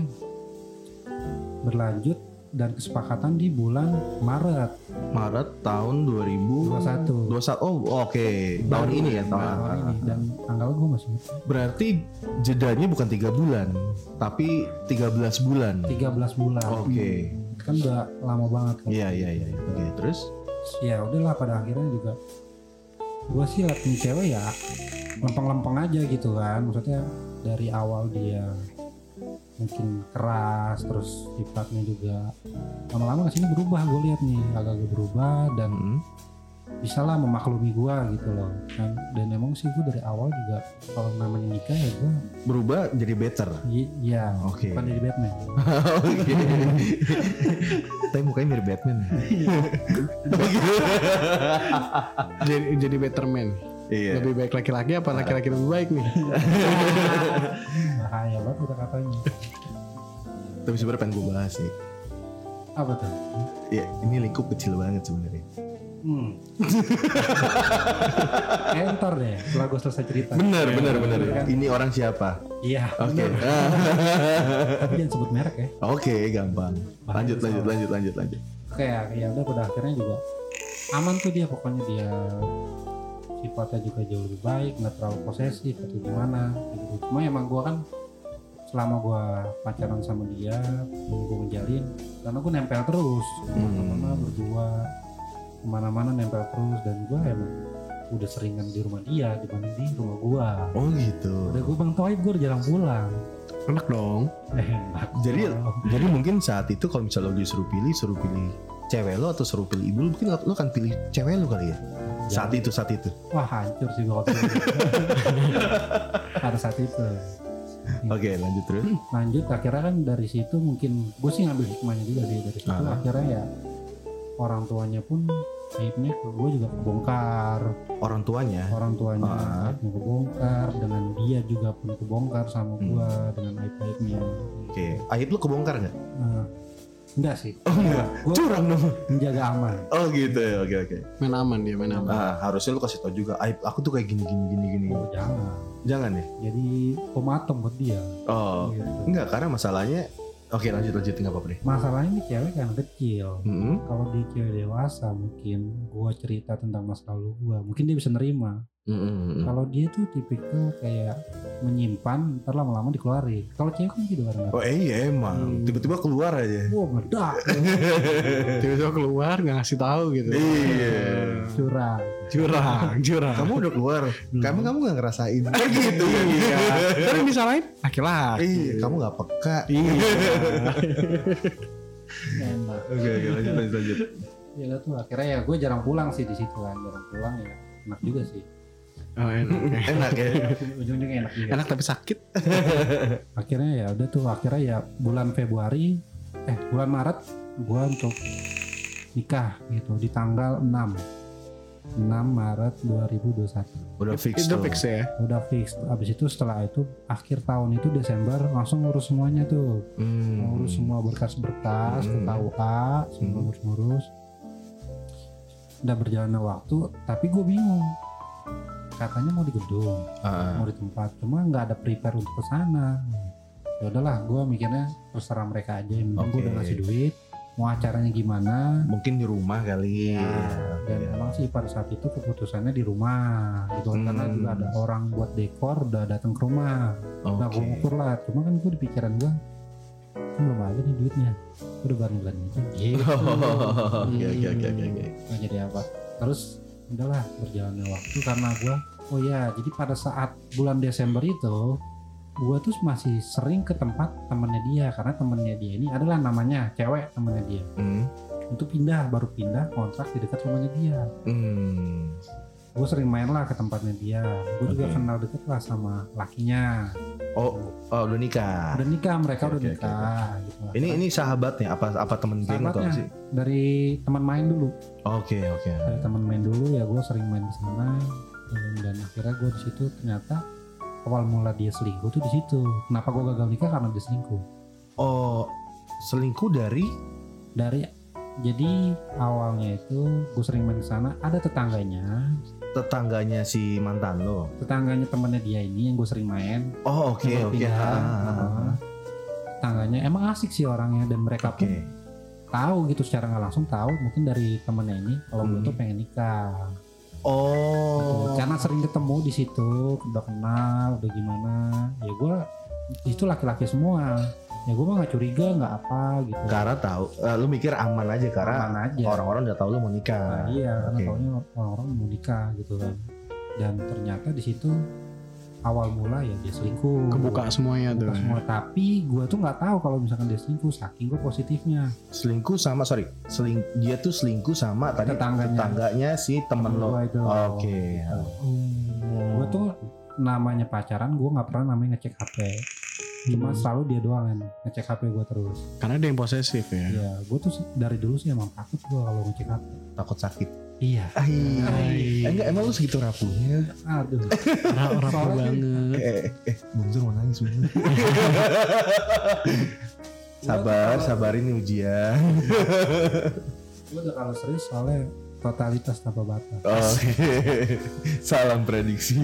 Speaker 3: berlanjut dan kesepakatan di bulan Maret
Speaker 1: Maret tahun dua ribu
Speaker 3: dua puluh satu.
Speaker 1: dua puluh satu. Oh, oke. Tahun ini ya, tahun,
Speaker 3: tahun ini, dan tanggal gue masih ingat.
Speaker 1: Berarti jedanya bukan tiga bulan, tapi tiga belas bulan.
Speaker 3: tiga belas bulan.
Speaker 1: Oke.
Speaker 3: Kan udah lama banget kan.
Speaker 1: Iya, iya, iya. Oke, terus?
Speaker 3: Ya udahlah, pada akhirnya juga gue sih liat nih cewek ya lempeng-lempeng aja gitu kan. Maksudnya dari awal dia mungkin keras, terus sifatnya juga lama-lama kesini berubah. Gue lihat nih agak-agak berubah dan
Speaker 1: Hmm.
Speaker 3: bisa lah memaklumi gue gitu loh. Dan, dan emang sih gue dari awal juga kalau namanya nikah ya gue
Speaker 1: Berubah jadi better.
Speaker 3: iya,
Speaker 1: Oke.
Speaker 3: bukan jadi Batman.
Speaker 1: Oke. Tapi mukanya mirip Batman.
Speaker 2: Jadi jadi better man.
Speaker 1: Iya.
Speaker 2: Lebih baik laki-laki apa laki-laki lebih baik nih?
Speaker 3: Bahaya banget udah katanya.
Speaker 1: Tapi sebenarnya pengen gue bahas nih.
Speaker 3: Apa tuh?
Speaker 1: Ya, ini lingkup kecil banget sebenarnya.
Speaker 3: Hmm. Enter deh setelah gue selesai cerita.
Speaker 1: Bener,
Speaker 3: Ya,
Speaker 1: bener, bener.
Speaker 3: kan?
Speaker 1: Ini orang siapa?
Speaker 3: Iya.
Speaker 1: Oke.
Speaker 3: bener. Tapi jangan sebut merek ya.
Speaker 1: Oke, gampang. Lanjut,
Speaker 3: Bahaya
Speaker 1: lanjut,
Speaker 3: soalnya.
Speaker 1: lanjut, lanjut, lanjut.
Speaker 3: Kayak ya udah pada akhirnya juga aman tuh dia, pokoknya dia sifatnya juga jauh lebih baik, nggak terlalu posesif atau gimana gitu. Cuma emang gue kan selama gue pacaran sama dia, gue ngejalin karena gue nempel terus kemana-mana berdua, kemana-mana nempel terus, dan gue emang udah seringan di rumah dia dibanding di rumah gue.
Speaker 1: Oh gitu.
Speaker 3: Udah gue bang Toib, gue udah jarang pulang.
Speaker 2: Enak dong.
Speaker 3: Enak.
Speaker 1: Jadi jadi mungkin saat itu kalau misalnya lo disuruh pilih, suruh pilih cewek lo atau suruh pilih ibu lo, mungkin lo akan pilih cewek lo kali ya. Saat itu, saat itu.
Speaker 3: Wah hancur sih gue waktu itu. Pada saat itu.
Speaker 1: Oke, lanjut terus.
Speaker 3: Lanjut akhirnya kan dari situ mungkin gue sih ngambil hikmahnya juga sih dari situ.
Speaker 1: Ah.
Speaker 3: Akhirnya ya orang tuanya pun aibnya ke gue juga kebongkar,
Speaker 1: Orang tuanya.
Speaker 3: orang tuanya
Speaker 1: Ah.
Speaker 3: aibnya kebongkar, dengan dia juga pun kebongkar sama
Speaker 1: Hmm.
Speaker 3: gue dengan aib-aibnya.
Speaker 1: Oke, aib lo kebongkar nggak?
Speaker 3: Nah, enggak sih,
Speaker 1: Oh enggak,
Speaker 3: gue
Speaker 1: curang dong.
Speaker 3: menjaga aman.
Speaker 1: Oh gitu ya, oke oke.
Speaker 2: Main aman dia, main aman.
Speaker 1: Nah, harusnya lo kasih tau juga aib aku tuh kayak gini gini gini gini.
Speaker 3: Oh jangan,
Speaker 1: Jangan ya?
Speaker 3: jadi pematom buat dia.
Speaker 1: Oh,
Speaker 3: Gitu.
Speaker 1: enggak, karena masalahnya. Oke, lanjut lanjut nggak apa-apa deh.
Speaker 3: Masalahnya ini cewek kan kecil.
Speaker 1: Mm-mm.
Speaker 3: Kalau dia cewek dewasa mungkin gue cerita tentang masa lalu gue, mungkin dia bisa nerima.
Speaker 1: Mm-mm.
Speaker 3: Kalau dia tuh tipikal kayak menyimpan, ntar lama-lama dikeluarin. Kalau cewek kan gitu kan.
Speaker 1: Oh iya emang,
Speaker 3: Hmm.
Speaker 1: tiba-tiba keluar aja.
Speaker 3: Wah meledak.
Speaker 2: Tiba-tiba keluar nggak ngasih tahu gitu.
Speaker 1: Iya.
Speaker 3: Curang.
Speaker 2: Curang, curang.
Speaker 1: Kamu udah keluar, kamu kamu nggak ngerasain. Oh gitu.
Speaker 2: Iya. Tapi disalahin laki-laki.
Speaker 1: Iya, kamu nggak peka.
Speaker 2: Iya.
Speaker 3: Enak.
Speaker 1: Oke oke lanjut lanjut lanjut.
Speaker 3: Ya udah tuh akhirnya ya gue jarang pulang sih di situ kan, jarang pulang ya. Enak juga sih.
Speaker 2: Oh, enak.
Speaker 1: Enak ya.
Speaker 3: Ujung-ujungnya enak juga.
Speaker 2: Enak tapi sakit.
Speaker 3: Akhirnya ya udah tuh akhirnya ya bulan Februari, eh bulan Maret gue untuk nikah gitu di tanggal enam Maret dua ribu dua puluh satu.
Speaker 1: Udah fix
Speaker 2: Itu
Speaker 1: tuh.
Speaker 2: fix ya.
Speaker 3: Udah fix. Abis itu setelah itu akhir tahun itu Desember langsung ngurus semuanya tuh.
Speaker 1: Hmm.
Speaker 3: Ngurus semua berkas-berkas ke
Speaker 1: Hmm.
Speaker 3: K U A, semua
Speaker 1: Hmm.
Speaker 3: ngurus-ngurus. Udah berjalannya waktu, tapi gue bingung. Katanya mau di gedung,
Speaker 1: Ah,
Speaker 3: mau di tempat, cuma nggak ada prepare untuk ke sana. Ya udahlah, gue mikirnya terserah mereka aja. Yang penting gue
Speaker 1: Oke.
Speaker 3: udah ngasih duit. Mau acaranya gimana?
Speaker 1: mungkin di rumah kali.
Speaker 3: Ya, dan
Speaker 1: Oke.
Speaker 3: emang sih pada saat itu keputusannya di rumah gitu
Speaker 1: Hmm.
Speaker 3: karena juga ada orang buat dekor udah datang ke rumah. Nah
Speaker 1: Oke.
Speaker 3: gue ukur lah, cuma kan gue di pikiran gue kan belum ada nih duitnya, gue udah bareng-bareng aja gitu.
Speaker 1: Oke oke oke oke oke.
Speaker 3: Nggak jadi apa, terus udahlah berjalannya waktu karena gue oh ya jadi pada saat bulan Desember itu gue tuh masih sering ke tempat temennya dia karena temennya dia ini adalah namanya cewek temennya dia.
Speaker 1: Hmm.
Speaker 3: Itu pindah, baru pindah kontrak di dekat rumahnya dia.
Speaker 1: Hmm.
Speaker 3: Gue sering main lah ke tempatnya dia. Gue juga
Speaker 1: Oke.
Speaker 3: kenal deket lah sama lakinya.
Speaker 1: Oh, oh udah nikah.
Speaker 3: Udah nikah, mereka
Speaker 1: Oke,
Speaker 3: udah
Speaker 1: oke,
Speaker 3: nikah. Gitu lah.
Speaker 1: Ini ini sahabatnya apa apa temen geng atau apa
Speaker 3: Sahabatnya
Speaker 1: sih?
Speaker 3: dari teman main dulu.
Speaker 1: Oke oke.
Speaker 3: Dari teman main dulu ya gue sering main di sana. Dan akhirnya gue di situ ternyata awal mula dia selingkuh tuh di situ. Kenapa gue gagal nikah karena dia selingkuh.
Speaker 1: Oh, selingkuh dari?
Speaker 3: Dari jadi awalnya itu gue sering main di sana. Ada tetangganya,
Speaker 1: Tetangganya si mantan lo.
Speaker 3: tetangganya temennya dia ini yang gue sering main.
Speaker 1: Oh oke
Speaker 3: Yang
Speaker 1: oke.
Speaker 3: pindah,
Speaker 1: Ah, ah, ah.
Speaker 3: uh, tetangganya emang asik sih orangnya dan mereka
Speaker 1: Oke.
Speaker 3: pun tahu gitu secara nggak langsung tahu mungkin dari temennya ini kalau gue
Speaker 1: Hmm.
Speaker 3: tuh pengen nikah.
Speaker 1: Oh.
Speaker 3: Gitu. Karena sering ketemu di situ, udah kenal, udah gimana. Ya gue itu laki-laki semua. Ya gue mah nggak curiga, nggak apa gitu.
Speaker 1: Karena tahu, eh, lu mikir aman aja karena
Speaker 3: Aman aja.
Speaker 1: orang-orang udah tahu lu mau
Speaker 3: Nah,
Speaker 1: nikah.
Speaker 3: iya, karena
Speaker 1: Oke.
Speaker 3: taunya orang-orang mau nikah gitu kan. Dan ternyata di situ awal mula ya dia selingkuh.
Speaker 2: Kebuka semuanya tuh.
Speaker 3: Kebuka semua. Tapi gue tuh nggak tahu kalau misalkan dia selingkuh, saking gue positifnya.
Speaker 1: Selingkuh sama sorry, seling dia tuh selingkuh sama tadi
Speaker 3: Tetangganya.
Speaker 1: tetangganya si temen lo.
Speaker 3: Gua itu.
Speaker 1: Oke.
Speaker 3: Gue tuh namanya pacaran, gue nggak pernah namanya ngecek H P. Cuma
Speaker 2: Hmm.
Speaker 3: selalu dia doang kan ngecek H P gue terus.
Speaker 2: Karena ada yang posesif ya.
Speaker 3: Ya, gue tuh sih- dari dulu sih emang takut gue kalau ngecek H P.
Speaker 1: Takut sakit.
Speaker 3: Iya.
Speaker 1: Ai.
Speaker 2: Ai.
Speaker 1: Enggak emang lu segitu rapuhnya.
Speaker 3: Aduh.
Speaker 2: Rapuh
Speaker 3: Soalnya-
Speaker 2: banget.
Speaker 1: Eh eh, eh Bung Zur mau nangis bener. Sabar, sabarin nih ujian.
Speaker 3: Gue udah kalau serius soalnya totalitas tanpa batas.
Speaker 1: Oh, salam prediksi.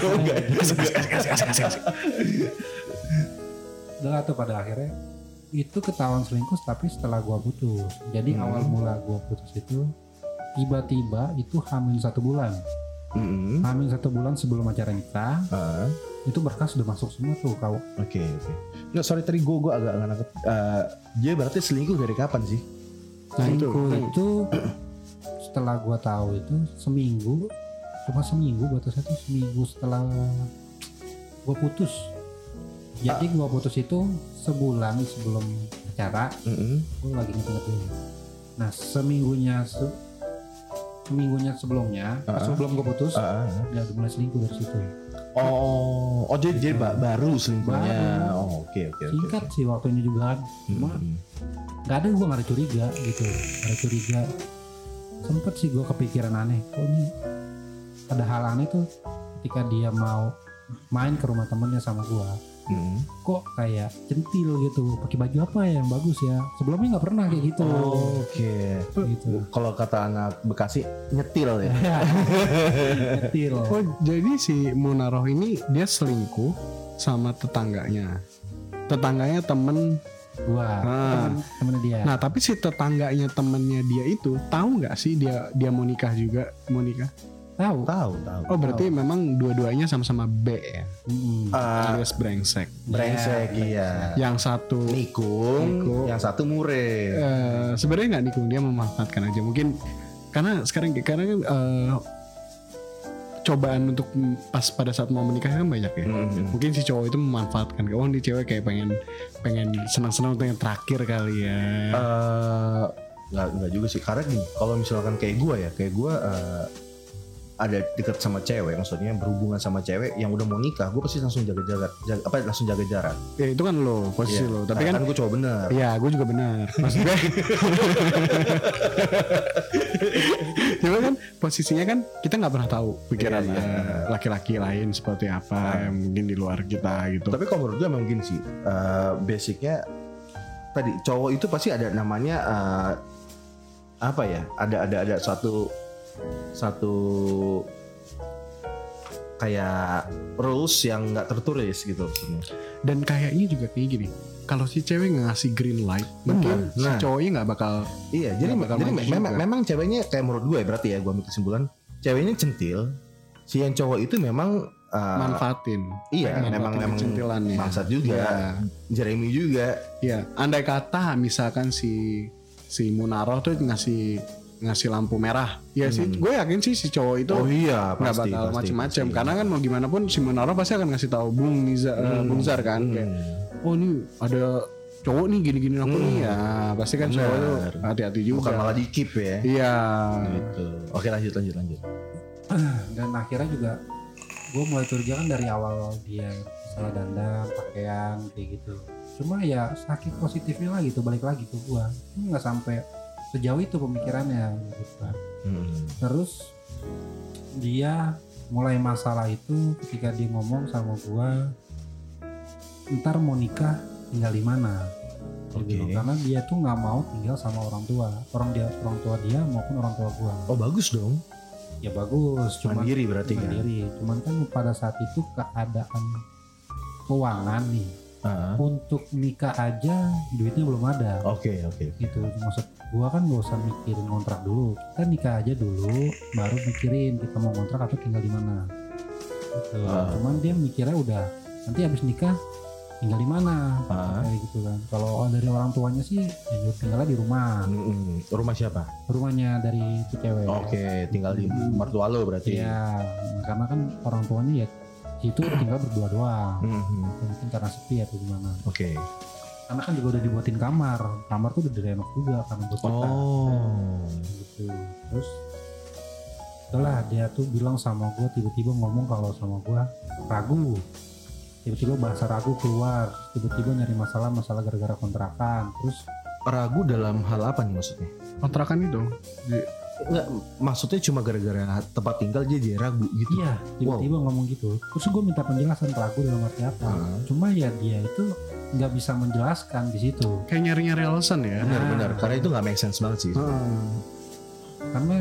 Speaker 3: Udah lah tuh pada akhirnya itu ketahuan selingkuh tapi setelah gua putus. Jadi
Speaker 1: Hmm.
Speaker 3: awal mula gua putus itu tiba-tiba itu hamil satu bulan.
Speaker 1: Mm-mm.
Speaker 3: Hamil satu bulan sebelum acara nikah.
Speaker 1: Ah,
Speaker 3: Itu berkas sudah masuk semua tuh kau.
Speaker 1: Oke oke. Nggak, sorry tadi gue gue agak nggak nangkep. Eh, dia berarti selingkuh dari kapan sih?
Speaker 2: Nah, itu.
Speaker 3: Selingkuh itu setelah gua tahu itu seminggu, cuma seminggu batasnya tuh seminggu setelah gua putus. Jadi gua putus itu sebulan sebelum acara,
Speaker 1: Mm-mm.
Speaker 3: gua lagi nginget dulu. Nah seminggunya se- seminggunya sebelumnya, pas
Speaker 1: Ah.
Speaker 3: sebelum gua putus,
Speaker 1: Ah, ah.
Speaker 3: dia udah mulai selingkuh dari situ.
Speaker 1: Oh, oh jadi, jadi ba- baru selingkuhnya.
Speaker 3: Baru.
Speaker 1: Oh, oke oke oke.
Speaker 3: Singkat sih waktunya juga kan, cuma
Speaker 1: Mm-mm.
Speaker 3: nggak ada gua nggak ada curiga gitu, nggak ada curiga. Sempet sih gua kepikiran aneh, kok ini ada hal aneh tuh ketika dia mau main ke rumah temennya sama gua.
Speaker 1: Mm-mm.
Speaker 3: Kok kayak centil gitu, pakai baju apa ya yang bagus ya, sebelumnya nggak pernah kayak gitu.
Speaker 1: Oh, oke.
Speaker 3: Gitu.
Speaker 1: Kalau kata anak Bekasi nyetil ya.
Speaker 3: Centil.
Speaker 2: Oh jadi si Munaroh ini dia selingkuh sama tetangganya. Tetangganya temen.
Speaker 3: Gua
Speaker 2: Ah.
Speaker 3: temen, temennya dia.
Speaker 2: Nah tapi si tetangganya temennya dia itu tahu nggak sih dia dia mau nikah juga mau nikah?
Speaker 3: Tahu.
Speaker 1: Tahu tahu.
Speaker 2: Oh berarti memang dua-duanya sama-sama B ya,
Speaker 3: Mm-mm.
Speaker 1: Ah,
Speaker 2: alias brengsek.
Speaker 1: brengsek iya.
Speaker 2: Yang satu
Speaker 1: Nikung,
Speaker 2: Nikung.
Speaker 1: yang satu mure.
Speaker 2: eh, sebenarnya nggak nikung, dia memanfaatkan aja mungkin karena sekarang karena kan eh, cobaan untuk pas pada saat mau menikah kan banyak ya.
Speaker 1: Mm-mm.
Speaker 2: Mungkin si cowok itu memanfaatkan, oh ini cewek kayak pengen pengen senang-senang untuk yang terakhir kali ya.
Speaker 1: Eh, nggak nggak juga sih, karena gini, kalau misalkan kayak gue ya, kayak gue eh, ada deket sama cewek, maksudnya berhubungan sama cewek yang udah mau nikah, gue pasti langsung jaga jarak, jaga, apa langsung jaga jarak.
Speaker 2: Ya itu kan lo posisi
Speaker 1: Iya.
Speaker 2: lo, tapi
Speaker 1: Nah,
Speaker 2: kan
Speaker 1: gue cowok bener.
Speaker 2: iya gue juga benar. Maksud gue cuma kan posisinya kan kita nggak pernah tahu pikiran
Speaker 1: Iya, iya.
Speaker 2: eh, laki-laki lain seperti apa
Speaker 1: Ah.
Speaker 2: yang mungkin di luar kita gitu.
Speaker 1: Tapi kalau menurut gue emang gini sih, eh, basicnya tadi cowok itu pasti ada namanya eh, apa ya? Ada ada ada satu satu kayak rules yang nggak tertulis gitu maksudnya.
Speaker 2: Dan kayaknya juga kayak gini, kalau si cewek nggak ngasih green light, mungkin
Speaker 1: Benar. Nah.
Speaker 2: si cowoknya nggak bakal.
Speaker 1: Iya, jadi
Speaker 2: Nggak bakal
Speaker 1: jadi
Speaker 2: maju
Speaker 1: me-
Speaker 2: juga.
Speaker 1: memang memang ceweknya kayak menurut gue ya, berarti ya gue ambil kesimpulan, ceweknya centil, si yang cowok itu memang eh,
Speaker 2: manfaatin.
Speaker 1: iya,
Speaker 2: Manfaatin
Speaker 1: memang memang
Speaker 2: kecentilannya.
Speaker 1: bangsat juga,
Speaker 2: Iya.
Speaker 1: Jeremy juga.
Speaker 2: Ya, andai kata misalkan si si Munaroh tuh ngasih ngasih lampu merah, ya sih,
Speaker 1: Hmm.
Speaker 2: gue yakin sih si cowok itu
Speaker 1: Oh iya,
Speaker 2: nggak
Speaker 1: pasti
Speaker 2: bakal
Speaker 1: pasti,
Speaker 2: macem-macem,
Speaker 1: pasti.
Speaker 2: karena kan mau gimana pun si Munaroh pasti akan ngasih tahu Bung Niza, eh,
Speaker 1: Hmm.
Speaker 2: Bung Zar kan,
Speaker 1: Hmm.
Speaker 2: kayak, oh ini ada cowok nih gini-gini aku
Speaker 1: Hmm.
Speaker 2: nih, ya pasti kan
Speaker 1: Benar.
Speaker 2: cowok tuh hati-hati juga.
Speaker 1: Bukan malah dikip ya.
Speaker 2: Iya.
Speaker 1: Gitu. Oke, lanjut lanjut lanjut.
Speaker 3: Dan akhirnya juga gue mulai curiga kan dari awal dia salah dandan, pakaian kayak gitu. Cuma ya sakit positifnya lagi tuh balik lagi ke gue. Nggak sampai sejauh itu pemikirannya gitu kan.
Speaker 1: Hmm.
Speaker 3: Terus dia mulai masalah itu ketika dia ngomong sama gua, ntar mau nikah tinggal di mana? Dia
Speaker 1: Oke.
Speaker 3: bilang, karena dia tuh nggak mau tinggal sama orang tua, orang dia orang tua dia maupun orang tua gua.
Speaker 1: Oh bagus dong.
Speaker 3: Ya bagus, cuman
Speaker 1: Mandiri berarti kan.
Speaker 3: mandiri. Cuman kan pada saat itu keadaan keuangan nih
Speaker 1: Ah,
Speaker 3: untuk nikah aja duitnya belum ada.
Speaker 1: Oke oke.
Speaker 3: Gitu maksud gua kan gak usah mikirin kontrak dulu, kita nikah aja dulu baru mikirin kita mau kontrak atau tinggal di mana gitu.
Speaker 1: Ah.
Speaker 3: Cuman dia mikirnya udah nanti habis nikah tinggal di mana
Speaker 1: Ah.
Speaker 3: kayak gitu kan. Kalau dari orang tuanya sih ya tinggalnya di rumah,
Speaker 1: Mm-mm. Rumah siapa?
Speaker 3: rumahnya dari si cewek.
Speaker 1: Oke, tinggal di mertua lo berarti.
Speaker 3: Iya, karena kan orang tuanya ya itu tinggal berdua doang.
Speaker 1: Mhm.
Speaker 3: Mungkin karena sepi atau gimana.
Speaker 1: Oke.
Speaker 3: Karena kan juga udah dibuatin kamar, kamar tuh udah direnov juga karena buat kita.
Speaker 1: Oh.
Speaker 3: Gitu. Terus setelah dia tuh bilang sama gue, tiba-tiba ngomong kalau sama gue ragu, tiba-tiba bahasa ragu keluar, tiba-tiba nyari masalah masalah gara-gara kontrakan. Terus
Speaker 1: Ragu dalam hal apa nih maksudnya?
Speaker 2: Kontrakan itu. Di-
Speaker 1: Enggak, maksudnya cuma gara-gara tempat tinggal dia dia ragu gitu.
Speaker 3: iya tiba-tiba ngomong gitu. Terus gue minta penjelasan ragu dalam arti apa.
Speaker 1: Ah.
Speaker 3: Cuma ya dia itu nggak bisa menjelaskan di situ.
Speaker 2: Kayak nyari-nyari alasan ya.
Speaker 1: Benar
Speaker 3: Nah.
Speaker 1: benar, karena itu nggak make sense banget sih.
Speaker 2: Heeh.
Speaker 3: Karena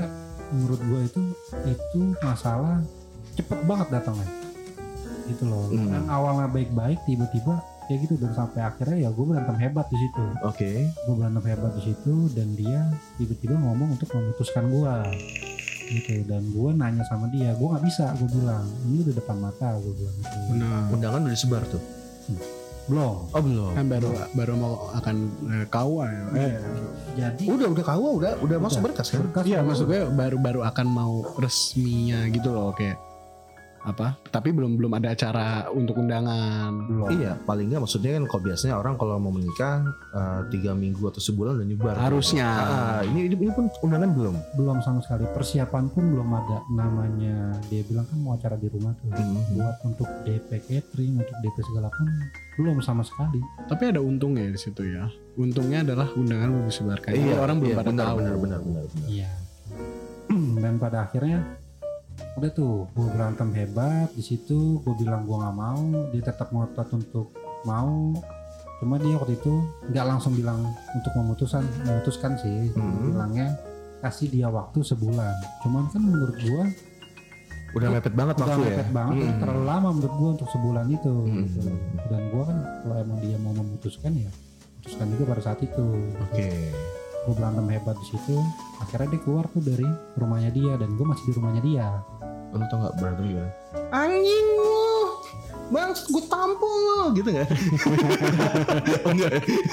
Speaker 3: menurut gue itu itu masalah cepet banget datangnya gitu loh.
Speaker 1: Hmm.
Speaker 3: Yang awalnya baik-baik tiba-tiba kayak gitu, dan sampai akhirnya ya gue berantem hebat di situ.
Speaker 1: Oke.
Speaker 3: Gue berantem hebat di situ dan dia tiba-tiba ngomong untuk memutuskan gue gitu, dan gue nanya sama dia, gue nggak bisa, gue bilang ini udah depan mata, gue bilang gitu.
Speaker 2: Benar.
Speaker 1: Undangan udah disebar tuh.
Speaker 3: Belum.
Speaker 1: Oh belum.
Speaker 2: Kan baru baru mau akan eh, K U A ya. Eh,
Speaker 3: Jadi
Speaker 1: Udah udah K U A udah udah masuk berkas kan?
Speaker 3: berkas
Speaker 2: iya
Speaker 3: belum.
Speaker 2: maksudnya baru baru akan mau resminya gitu loh kayak apa? Tapi belum belum ada acara untuk undangan.
Speaker 3: belum.
Speaker 1: Iya, paling nggak maksudnya kan kalau biasanya orang kalau mau menikah eh, tiga minggu atau sebulan udah nyebar.
Speaker 2: Harusnya.
Speaker 1: Ah, ini, ini ini pun undangan belum.
Speaker 3: Belum sama sekali, persiapan pun belum ada. Namanya dia bilang kan mau acara di rumah tuh,
Speaker 1: Mhm.
Speaker 3: buat untuk D P catering, untuk D P segala pun belum sama sekali.
Speaker 2: Tapi ada untungnya di situ ya. Untungnya adalah undangan belum disebarkan. Jadi orang belum
Speaker 1: iya,
Speaker 2: pada
Speaker 1: benar,
Speaker 2: tahu.
Speaker 1: Benar benar benar benar.
Speaker 3: Iya. Dan pada akhirnya udah tuh gue berantem hebat di situ. Gue bilang gue nggak mau, dia tetap ngotot untuk mau. Cuma dia waktu itu nggak langsung bilang untuk memutuskan memutuskan sih.
Speaker 1: Mhm.
Speaker 3: Bilangnya kasih dia waktu sebulan. Cuman kan menurut gue
Speaker 1: Udah mepet banget
Speaker 3: udah
Speaker 1: waktu ya.
Speaker 3: mepet banget,
Speaker 1: Mhm.
Speaker 3: terlalu lama menurut gue untuk sebulan itu.
Speaker 1: Mhm.
Speaker 3: Gitu. Dan gue kan kalau emang dia mau memutuskan ya memutuskan juga pada saat itu.
Speaker 1: Oke.
Speaker 3: Gue berantem hebat di situ. Akhirnya dia keluar tuh dari rumahnya dia dan gue masih di rumahnya dia.
Speaker 1: Lu tau gak berantem gimana? Anjing lu, bang, gue tampung lu, gitu gak? Oh, enggak.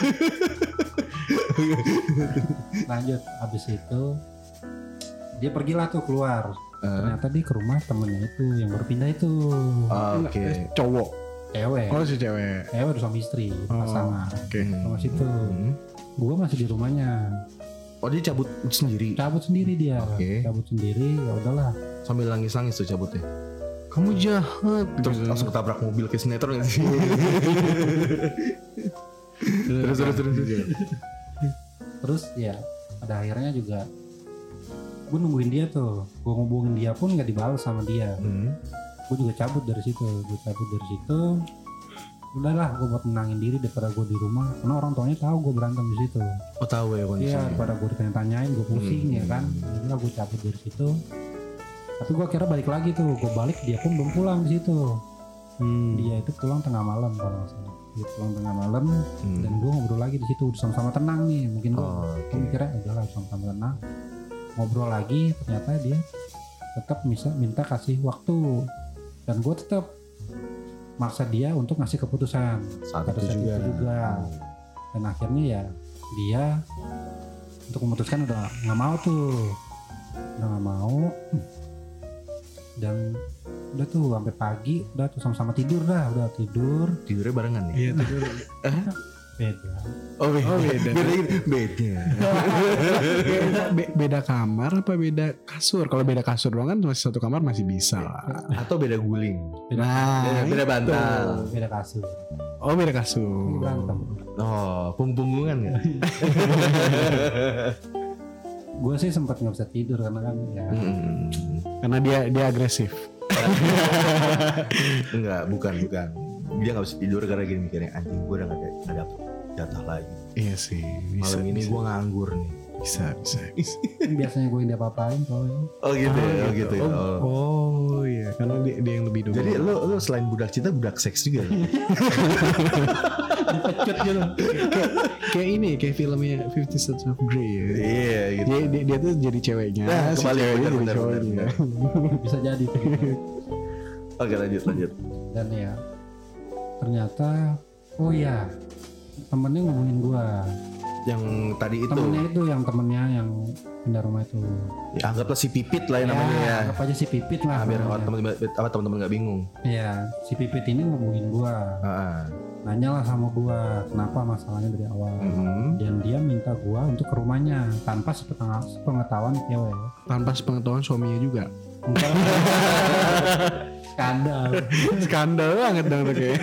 Speaker 3: Lanjut, abis itu dia pergilah tuh keluar. Ternyata dia ke rumah temennya itu yang baru pindah itu.
Speaker 1: Ah, Oke.
Speaker 2: Eh, Cowok.
Speaker 3: Cewek.
Speaker 2: Oh si cewek.
Speaker 3: Cewek udah suami istri,
Speaker 2: Oh,
Speaker 3: pasangan.
Speaker 2: Oke.
Speaker 3: Sama situ.
Speaker 1: Hmm.
Speaker 3: Gue masih di rumahnya.
Speaker 1: Oh dia cabut sendiri
Speaker 3: Cabut sendiri dia.
Speaker 1: Oke.
Speaker 3: Cabut sendiri, ya udahlah.
Speaker 1: sambil nangis-nangis tuh cabutnya.
Speaker 2: Kamu jahat.
Speaker 1: Terus
Speaker 2: Gitu.
Speaker 1: langsung ketabrak mobil ke sinetron gak sih? terus terus terus. terus.
Speaker 3: Terus ya pada akhirnya juga gue nungguin dia tuh. Gue ngubungin dia pun nggak dibalas sama dia.
Speaker 1: Hmm.
Speaker 3: Gue juga cabut dari situ. Gue cabut dari situ. Udahlah, gue buat menangin diri daripada gue di rumah. Karena orang tuanya tahu gue berantem di situ.
Speaker 1: Oh tahu ya
Speaker 3: Iya,
Speaker 1: kondisinya.
Speaker 3: daripada gue ditanya-tanyain, gue pusing
Speaker 1: Hmm.
Speaker 3: ya kan. Jadi gue cabut dari situ. Tapi gue kira balik lagi tuh. Gue balik, dia pun belum pulang di situ.
Speaker 2: Hmm.
Speaker 3: Dia itu pulang tengah malam kalau nggak salah. Dia pulang tengah malam
Speaker 1: Hmm.
Speaker 3: dan gue ngobrol lagi di situ. Udah sama-sama tenang nih. Mungkin gue
Speaker 1: Oh,
Speaker 3: gue
Speaker 1: oke.
Speaker 3: mikirnya udahlah sama-sama tenang. Ngobrol lagi, ternyata dia tetap bisa minta kasih waktu. Dan gue tetap maksa dia untuk ngasih keputusan
Speaker 1: Saat
Speaker 3: pada
Speaker 1: itu
Speaker 3: saat
Speaker 1: juga.
Speaker 3: itu juga. Dan akhirnya ya dia untuk memutuskan udah nggak mau tuh, udah nggak mau. Dan udah tuh sampai pagi, udah tuh sama-sama tidur dah, udah tidur.
Speaker 1: Tidurnya barengan nih.
Speaker 2: Iya tidur.
Speaker 3: Beda.
Speaker 1: Oh beda.
Speaker 2: Oh, beda.
Speaker 1: Beda. Beda.
Speaker 2: beda, be- beda kamar apa beda kasur? Kalau beda kasur doang kan masih satu kamar masih bisa lah.
Speaker 1: Atau beda guling.
Speaker 3: Beda,
Speaker 2: Nah,
Speaker 1: Beda, beda
Speaker 2: itu.
Speaker 1: bantal.
Speaker 3: beda kasur.
Speaker 2: Oh beda kasur.
Speaker 3: Berantem.
Speaker 1: Oh, pung-punggungan ya.
Speaker 3: Gue sih sempat nggak bisa tidur karena kan ya.
Speaker 1: Hmm.
Speaker 2: Karena dia dia agresif.
Speaker 1: Enggak, bukan, bukan. Dia nggak bisa tidur karena gini mikirnya anjing gue udah nggak ada nggak dapet jatah lagi.
Speaker 2: Iya sih. Bisa,
Speaker 1: Malam ini
Speaker 2: bisa.
Speaker 1: gue nganggur nih.
Speaker 2: bisa bisa. bisa.
Speaker 3: Biasanya gue yang apa-apain kalau ini.
Speaker 1: Oh gitu ya, oh gitu ya.
Speaker 2: Oh,
Speaker 1: Oh.
Speaker 2: oh iya, karena dia, dia yang lebih dominan.
Speaker 1: Jadi lo lo selain budak cinta budak seks juga. Ya?
Speaker 3: Dipecut gitu.
Speaker 2: Kayak ini, kayak filmnya Fifty Shades of Grey ya.
Speaker 1: Iya gitu.
Speaker 2: Dia, dia, dia tuh jadi ceweknya,
Speaker 1: Nah,
Speaker 2: si
Speaker 1: kembali,
Speaker 2: ceweknya
Speaker 1: benar,
Speaker 2: jadi
Speaker 1: benar,
Speaker 2: cowoknya.
Speaker 1: benar,
Speaker 3: Bisa jadi tuh.
Speaker 1: Oke lanjut lanjut.
Speaker 3: Dan ya ternyata oh ya temennya ngomongin gua.
Speaker 1: Yang tadi itu
Speaker 3: Temennya itu yang temennya yang pindah rumah itu.
Speaker 1: ya, anggaplah si Pipit lah yang namanya ya.
Speaker 3: Anggap aja si Pipit lah.
Speaker 1: Ah, biar
Speaker 3: namanya.
Speaker 1: teman-teman apa teman-teman nggak bingung.
Speaker 3: Iya, si Pipit ini ngomongin gua.
Speaker 1: Ah,
Speaker 3: Nanya lah sama gua kenapa masalahnya dari awal.
Speaker 1: mhm.
Speaker 3: Dan dia minta gua untuk ke rumahnya tanpa sepengetahuan, sepengetahuan cewek.
Speaker 2: Tanpa sepengetahuan suaminya juga.
Speaker 3: Skandal.
Speaker 2: Skandal banget dong tuh kayak.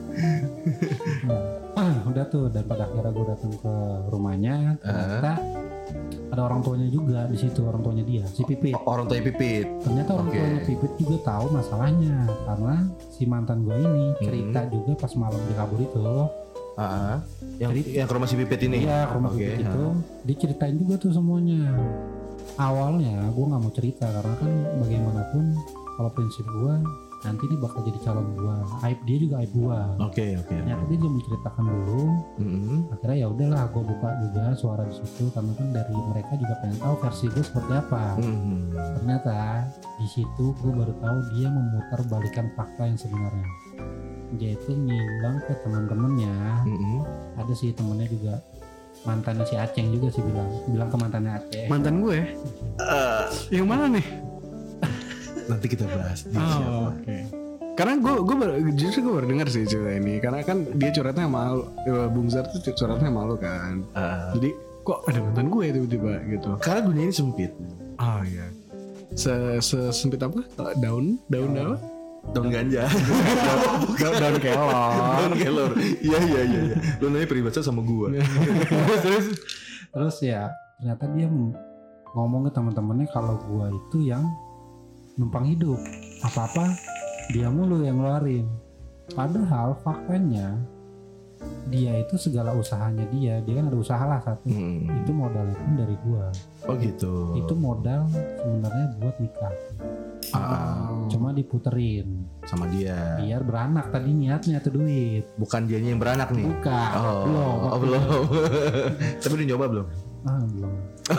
Speaker 3: Ah, udah tuh dan pada akhirnya gue datang ke rumahnya ternyata ada orang tuanya juga di situ, orang tuanya dia si Pipit.
Speaker 1: Orang tua Pipit.
Speaker 3: Ternyata orang
Speaker 1: Oke.
Speaker 3: tuanya Pipit juga tahu masalahnya karena si mantan gue ini
Speaker 1: Hmm.
Speaker 3: cerita juga pas malam dia kabur itu.
Speaker 1: Ah, yang
Speaker 3: Jadi-
Speaker 1: yang ke rumah si Pipit ini.
Speaker 3: Iya, ke rumah
Speaker 1: Oke,
Speaker 3: Pipit
Speaker 1: ha.
Speaker 3: itu diceritain juga tuh semuanya. awalnya gue nggak mau cerita karena kan bagaimanapun kalau prinsip gue nanti ini bakal jadi calon gue, aib dia juga aib gue.
Speaker 1: Oke oke.
Speaker 3: Ternyata dia cuma menceritakan dulu.
Speaker 1: Mm-hmm.
Speaker 3: Akhirnya ya udahlah gue buka juga suara di situ karena kan dari mereka juga pengen tahu versi gue seperti apa.
Speaker 1: Mm-hmm.
Speaker 3: Ternyata di situ gue baru tahu dia memutar balikan fakta yang sebenarnya. Dia itu bilang ke teman-temannya,
Speaker 1: Mm-hmm.
Speaker 3: ada sih temennya juga mantannya si Aceng juga sih bilang, bilang ke mantannya Aceng.
Speaker 2: Mantan gue? Uh, yang mana nih?
Speaker 1: Nanti kita bahas. Dia
Speaker 2: Oh,
Speaker 1: siapa.
Speaker 2: oke. Okay. Karena gue gue justru gue baru dengar sih cerita ini. Karena kan dia curhatnya sama lu, Bung Zar tuh curhatnya sama lu kan.
Speaker 1: Uh,
Speaker 2: Jadi kok ada mantan gue tiba-tiba gitu.
Speaker 1: karena dunia ini sempit.
Speaker 2: Oh iya. Se sempit apa? Daun daun apa?
Speaker 1: Daun ganja.
Speaker 2: Daun daun kelor.
Speaker 1: Daun kelor. Iya iya iya. iya. Lu nanya peribahasa sama gua.
Speaker 2: Terus
Speaker 3: Terus ya ternyata dia ngomong ke teman-temannya kalau gua itu yang numpang hidup, apa-apa dia mulu yang ngeluarin. Padahal faktanya dia itu segala usahanya dia, dia kan ada usaha lah satu.
Speaker 1: Hmm.
Speaker 3: Itu modalnya pun dari gua.
Speaker 1: Oh gitu.
Speaker 3: Itu modal sebenarnya buat nikah.
Speaker 1: Ah,
Speaker 3: Cuma diputerin
Speaker 1: sama dia.
Speaker 3: biar beranak tadi niatnya tuh duit.
Speaker 1: Bukan dianya yang beranak nih.
Speaker 3: Bukan.
Speaker 1: Oh,
Speaker 3: Belum.
Speaker 1: oh, belum. Tapi udah nyoba belum?
Speaker 3: Ah, belum.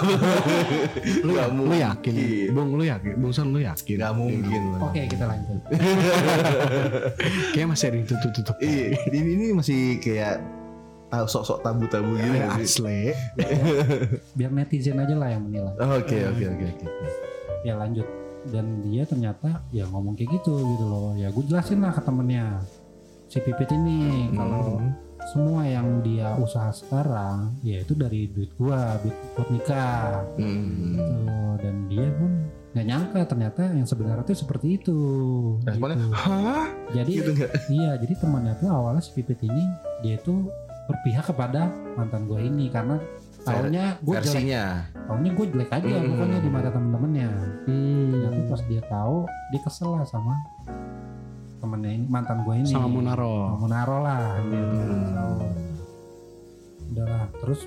Speaker 2: lu,
Speaker 1: Gak
Speaker 2: lu yakin?
Speaker 1: mungkin.
Speaker 2: Bung lu yakin? Bung Son lu yakin?
Speaker 1: Gak mungkin.
Speaker 3: Oke, kita lanjut.
Speaker 2: Kayaknya masih ada yang tutup-tutup.
Speaker 1: Iya, ini, ini masih kayak ah, sok-sok tabu-tabu gitu.
Speaker 2: Ya,
Speaker 1: nggak sih?
Speaker 2: asli.
Speaker 3: Biar netizen aja lah yang menilai.
Speaker 1: Oke oke oke oke.
Speaker 3: Ya lanjut. Dan dia ternyata ya ngomong kayak gitu gitu loh. Ya gue jelasin lah ke temennya si Pipit ini kalau
Speaker 1: Hmm.
Speaker 3: semua yang dia usaha sekarang ya itu dari duit gua, duit buat nikah.
Speaker 1: Hmm.
Speaker 3: Tuh, dan dia pun nggak nyangka ternyata yang sebenarnya tuh seperti itu.
Speaker 1: Responnya,
Speaker 3: Gitu.
Speaker 1: hah?
Speaker 3: Jadi
Speaker 1: Gitu nggak?
Speaker 3: iya, jadi temannya tuh awalnya si Pipit ini dia itu berpihak kepada mantan gue ini karena taunya gue jelek,
Speaker 1: Versinya.
Speaker 3: taunya gue jelek aja
Speaker 1: Hmm.
Speaker 3: pokoknya di mata temen-temennya.
Speaker 2: Hmm.
Speaker 3: Ternyata pas dia tahu dia kesel lah sama temennya ini, mantan gue ini
Speaker 2: Sama Munaro.
Speaker 3: sama Munaro lah gitu.
Speaker 1: Hmm.
Speaker 3: Udahlah terus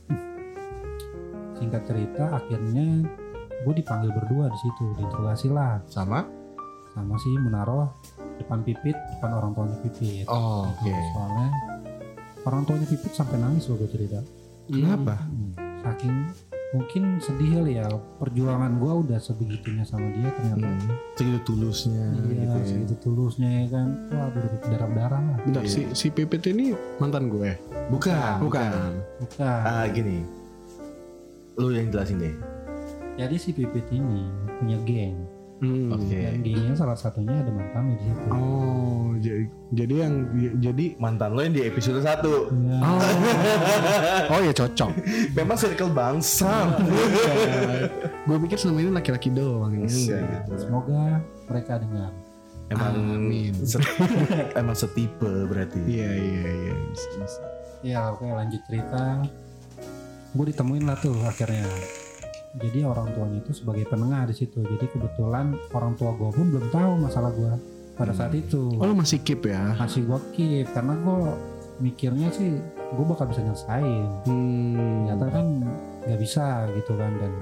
Speaker 3: singkat cerita akhirnya gue dipanggil berdua di situ, diinterogasi lah
Speaker 1: Sama?
Speaker 3: sama si Munaro depan Pipit, depan orang tuanya Pipit.
Speaker 1: Oh, oke.
Speaker 3: Soalnya orang tuanya Pipit sampai nangis loh gue cerita.
Speaker 1: Kenapa?
Speaker 3: Hmm, saking mungkin sedih kali ya, perjuangan gue udah sebegitunya sama dia ternyata.
Speaker 1: Hmm. Segitu tulusnya
Speaker 3: Iya,
Speaker 1: gitu ya.
Speaker 3: segitu tulusnya ya kan. Wah, udah berdarah-darah lah.
Speaker 2: Bentar,
Speaker 1: Iya.
Speaker 2: si si Pipit ini mantan gue.
Speaker 1: Bukan,
Speaker 2: Bukan.
Speaker 3: Bukan.
Speaker 1: Ah, gini. Lu yang jelasin deh.
Speaker 3: Jadi si Pipit ini punya geng.
Speaker 2: Hmm.
Speaker 1: Oke.
Speaker 3: Dan gengnya salah satunya ada mantan di situ.
Speaker 2: Oh, jadi jadi yang jadi
Speaker 1: Mantan lo yang di episode satu.
Speaker 3: Ya,
Speaker 2: oh, oh ya cocok.
Speaker 1: Memang circle bangsa.
Speaker 2: Gue pikir selama ini laki-laki doang.
Speaker 1: Enggak
Speaker 2: Iya.
Speaker 1: gitu.
Speaker 3: semoga mereka dengar.
Speaker 1: Emang
Speaker 2: Amin.
Speaker 1: set- emang setipe berarti.
Speaker 2: Iya iya iya. Bisa, bisa.
Speaker 3: Ya oke, lanjut cerita. Gue ditemuin lah tuh akhirnya. Jadi orang tuanya itu sebagai penengah di situ. Jadi kebetulan orang tua gue pun belum tahu masalah gue pada saat itu.
Speaker 2: Oh lu masih keep ya?
Speaker 3: Masih gue keep karena gue mikirnya sih gue bakal bisa nyelesain.
Speaker 2: Hmm.
Speaker 3: Ternyata kan nggak bisa gitu kan. Dan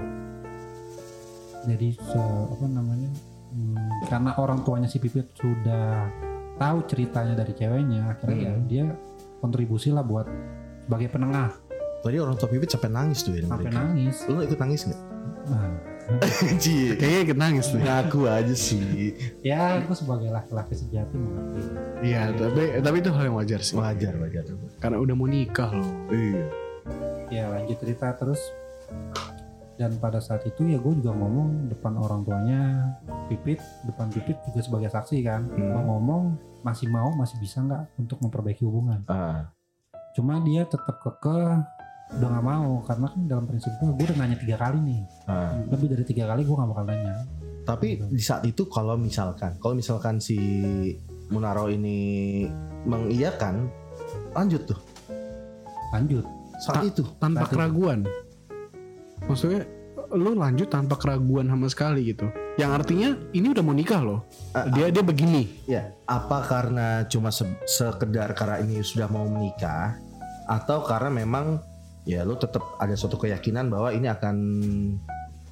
Speaker 3: jadi se, apa namanya? hmm, karena orang tuanya si Pipit sudah tahu ceritanya dari ceweknya, akhirnya ya
Speaker 1: Hmm.
Speaker 3: dia kontribusi lah buat sebagai penengah.
Speaker 1: Tadi orang tua Pipit sampai nangis tuh ya.
Speaker 3: Sampai
Speaker 1: mereka.
Speaker 3: nangis.
Speaker 1: Lu ikut nangis nggak?
Speaker 3: Nah,
Speaker 1: Cie.
Speaker 2: Kayaknya ikut nangis nih.
Speaker 1: Ngaku aja sih.
Speaker 3: ya aku sebagai laki-laki sejati mengerti.
Speaker 2: Iya, tapi tapi itu hal yang wajar sih.
Speaker 1: Wajar wajar.
Speaker 2: Karena udah mau nikah loh.
Speaker 1: Iya.
Speaker 3: Ya lanjut cerita terus. Dan pada saat itu ya gue juga ngomong depan orang tuanya Pipit, depan Pipit juga sebagai saksi kan.
Speaker 1: Hmm.
Speaker 3: Gue ngomong masih mau, masih bisa nggak untuk memperbaiki hubungan.
Speaker 1: Ah.
Speaker 3: Cuma dia tetap kekeh udah nggak mau karena kan dalam prinsip gue gue udah nanya tiga kali nih,
Speaker 1: Ah.
Speaker 3: lebih dari tiga kali gue nggak bakal nanya.
Speaker 1: Tapi di saat itu kalau misalkan, kalau misalkan si Munaro ini mengiyakan, lanjut tuh.
Speaker 3: Lanjut.
Speaker 1: Saat
Speaker 2: Ta-
Speaker 1: itu.
Speaker 2: Tanpa
Speaker 3: Saat itu.
Speaker 2: keraguan. Maksudnya lu lanjut tanpa keraguan sama sekali gitu. Yang artinya ini udah mau nikah loh.
Speaker 1: Ah,
Speaker 2: Dia dia begini.
Speaker 1: Ya, apa karena cuma se- sekedar karena ini sudah mau menikah, atau karena memang ya lu tetap ada suatu keyakinan bahwa ini akan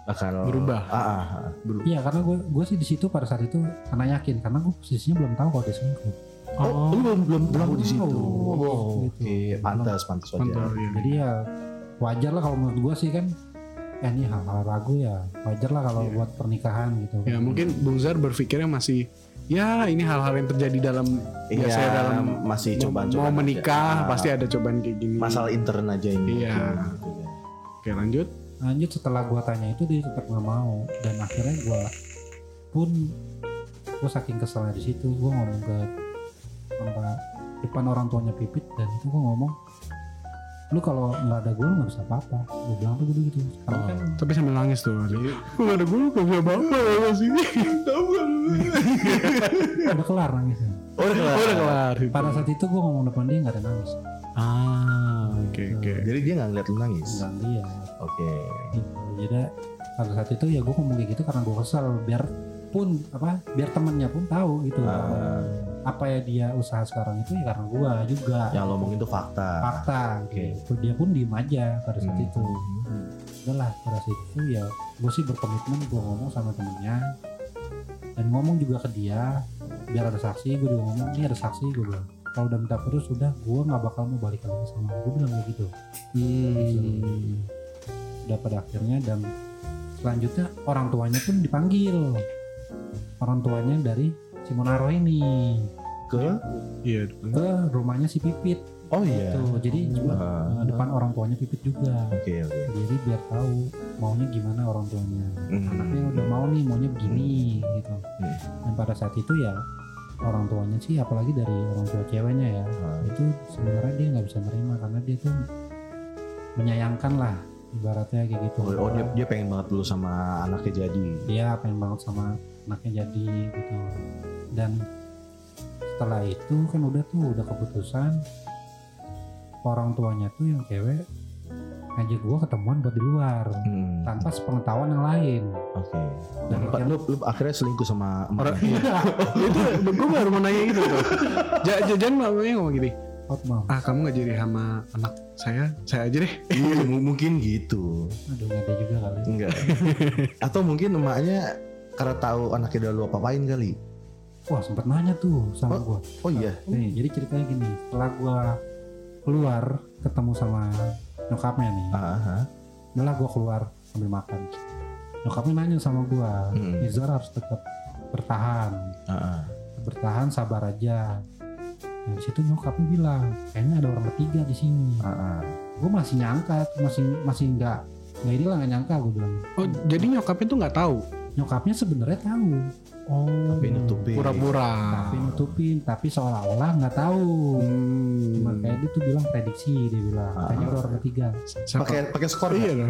Speaker 1: akan
Speaker 2: Berubah.
Speaker 1: Ah, ah, ah.
Speaker 3: Iya karena gue gue sih di situ pada saat itu karena yakin karena gue posisinya belum tahu kalau dia selingkuh.
Speaker 1: Oh, lu belum belum tahu di situ.
Speaker 3: tahu.
Speaker 1: Oh,
Speaker 3: Gitu.
Speaker 1: oke, pantas pantas aja.
Speaker 2: Mantap, iya.
Speaker 3: Jadi ya wajar lah kalau menurut gue sih kan. Eh ini hal-hal ragu ya wajar lah kalau
Speaker 2: Iya.
Speaker 3: buat pernikahan gitu.
Speaker 2: Ya mungkin Bung Zar berpikirnya masih ya ini hal-hal yang terjadi dalam
Speaker 1: Iya,
Speaker 2: biasanya dalam
Speaker 1: masih
Speaker 2: mau-
Speaker 1: cobaan-cobaan
Speaker 2: mau
Speaker 1: aja.
Speaker 2: menikah
Speaker 1: Ah,
Speaker 2: pasti ada cobaan kayak gini.
Speaker 1: masalah intern aja ini.
Speaker 2: Iya.
Speaker 1: Gitu ya.
Speaker 2: Oke lanjut.
Speaker 3: Lanjut setelah gue tanya itu dia tetap nggak mau dan akhirnya gue pun gue saking keselnya di situ gue ngomong ke sama depan orang tuanya Pipit dan itu gue ngomong lu kalau nggak ada gue lu nggak bisa apa-apa gue bilang tuh gue gitu karena
Speaker 1: Oh.
Speaker 3: kan
Speaker 2: Tapi sambil nangis tuh. Gue gak ada gue gak bisa apa-apa ya sini. Tahu kan?
Speaker 3: udah kelar nangisnya.
Speaker 1: Oh, udah kelar.
Speaker 2: Oh, udah kelar.
Speaker 3: Pada saat itu gue ngomong depan dia nggak ada nangis
Speaker 2: Ah, oke oke.
Speaker 1: Jadi dia nggak ngeliat lu nangis.
Speaker 3: nggak dia
Speaker 1: Oke.
Speaker 3: gitu. Jadi pada saat itu ya gue ngomong kayak gitu karena gue kesel biar pun apa biar temennya pun tahu gitu
Speaker 1: Ah.
Speaker 3: apa ya dia usaha sekarang itu ya karena gue juga
Speaker 1: Yang lo ngomongin itu fakta.
Speaker 3: fakta
Speaker 1: Oke.
Speaker 3: gitu. Dia pun diem aja pada saat
Speaker 1: Hmm.
Speaker 3: itu. Udahlah pada saat itu ya gue sih berkomitmen gue ngomong sama temennya dan ngomong juga ke dia biar ada saksi. Gue juga ngomong ini ada saksi gue bilang kalau udah minta putus udah gue nggak bakal mau balik lagi sama gue bilang kayak gitu.
Speaker 2: Hmm.
Speaker 3: Udah pada akhirnya dan selanjutnya orang tuanya pun dipanggil orang tuanya dari si Monaro ini
Speaker 1: Ke?
Speaker 2: Iya.
Speaker 3: ke rumahnya si Pipit.
Speaker 1: Oh iya.
Speaker 3: Tuh, jadi juga
Speaker 1: Ah.
Speaker 3: eh, depan orang tuanya Pipit juga.
Speaker 1: Oke oke.
Speaker 3: Jadi biar tahu maunya gimana orang tuanya.
Speaker 1: Hmm.
Speaker 3: Anaknya udah mau nih maunya begini gitu.
Speaker 1: Hmm.
Speaker 3: Dan pada saat itu ya orang tuanya sih apalagi dari orang tua ceweknya ya
Speaker 1: Ah.
Speaker 3: itu sebenarnya dia nggak bisa nerima karena dia tuh menyayangkan lah ibaratnya kayak gitu.
Speaker 1: Oh, oh, dia, dia pengen banget dulu sama anaknya jadi.
Speaker 3: Dia pengen banget sama anaknya jadi gitu. Dan setelah itu kan udah tuh udah keputusan orang tuanya tuh yang cewek ngajak gua ketemuan buat di luar
Speaker 1: Hmm.
Speaker 3: tanpa sepengetahuan yang lain.
Speaker 1: Oke.
Speaker 3: Dan
Speaker 1: Dan lu, lu akhirnya selingkuh sama
Speaker 2: Orang
Speaker 1: emaknya.
Speaker 2: itu gue baru mau nanya itu tuh. Ja- Jajan mamanya ngomong gini.
Speaker 3: Out mau.
Speaker 2: Ah kamu gak jadi sama anak saya, saya aja deh.
Speaker 1: Iya, m- mungkin gitu.
Speaker 3: Aduh nggak ada juga kali.
Speaker 1: Enggak. Atau mungkin emaknya karena tahu anaknya udah lu apa-apain kali.
Speaker 3: Wah sempet nanya tuh sama gua.
Speaker 1: Oh iya.
Speaker 3: Nih jadi ceritanya gini. Setelah gua keluar ketemu sama nyokapnya nih.
Speaker 1: Ah, ah.
Speaker 3: Udah gua keluar sambil makan. Nyokapnya nanya sama gua.
Speaker 1: Hmm.
Speaker 3: Izar harus tetap bertahan.
Speaker 1: Ah, ah.
Speaker 3: Bertahan sabar aja. Nah, di situ nyokapnya bilang kayaknya ada orang ketiga di sini.
Speaker 1: Ah, ah.
Speaker 3: Gue masih nyangka, masih masih nggak nggak ini lah nggak nyangka gue bilang.
Speaker 2: Oh jadi nyokapnya tuh nggak tahu.
Speaker 3: Nyokapnya sebenarnya tahu,
Speaker 2: Oh.
Speaker 1: Tapi nutupin.
Speaker 2: Pura-pura.
Speaker 3: tapi nutupin, tapi seolah-olah nggak tahu.
Speaker 2: Hmm.
Speaker 3: Cuma kayak dia tuh bilang prediksi dia bilang
Speaker 1: Ah.
Speaker 3: kayaknya ada orang ketiga.
Speaker 2: Siapa?
Speaker 1: Pakai pakai skor.
Speaker 2: Iya
Speaker 1: nggak?
Speaker 2: dong.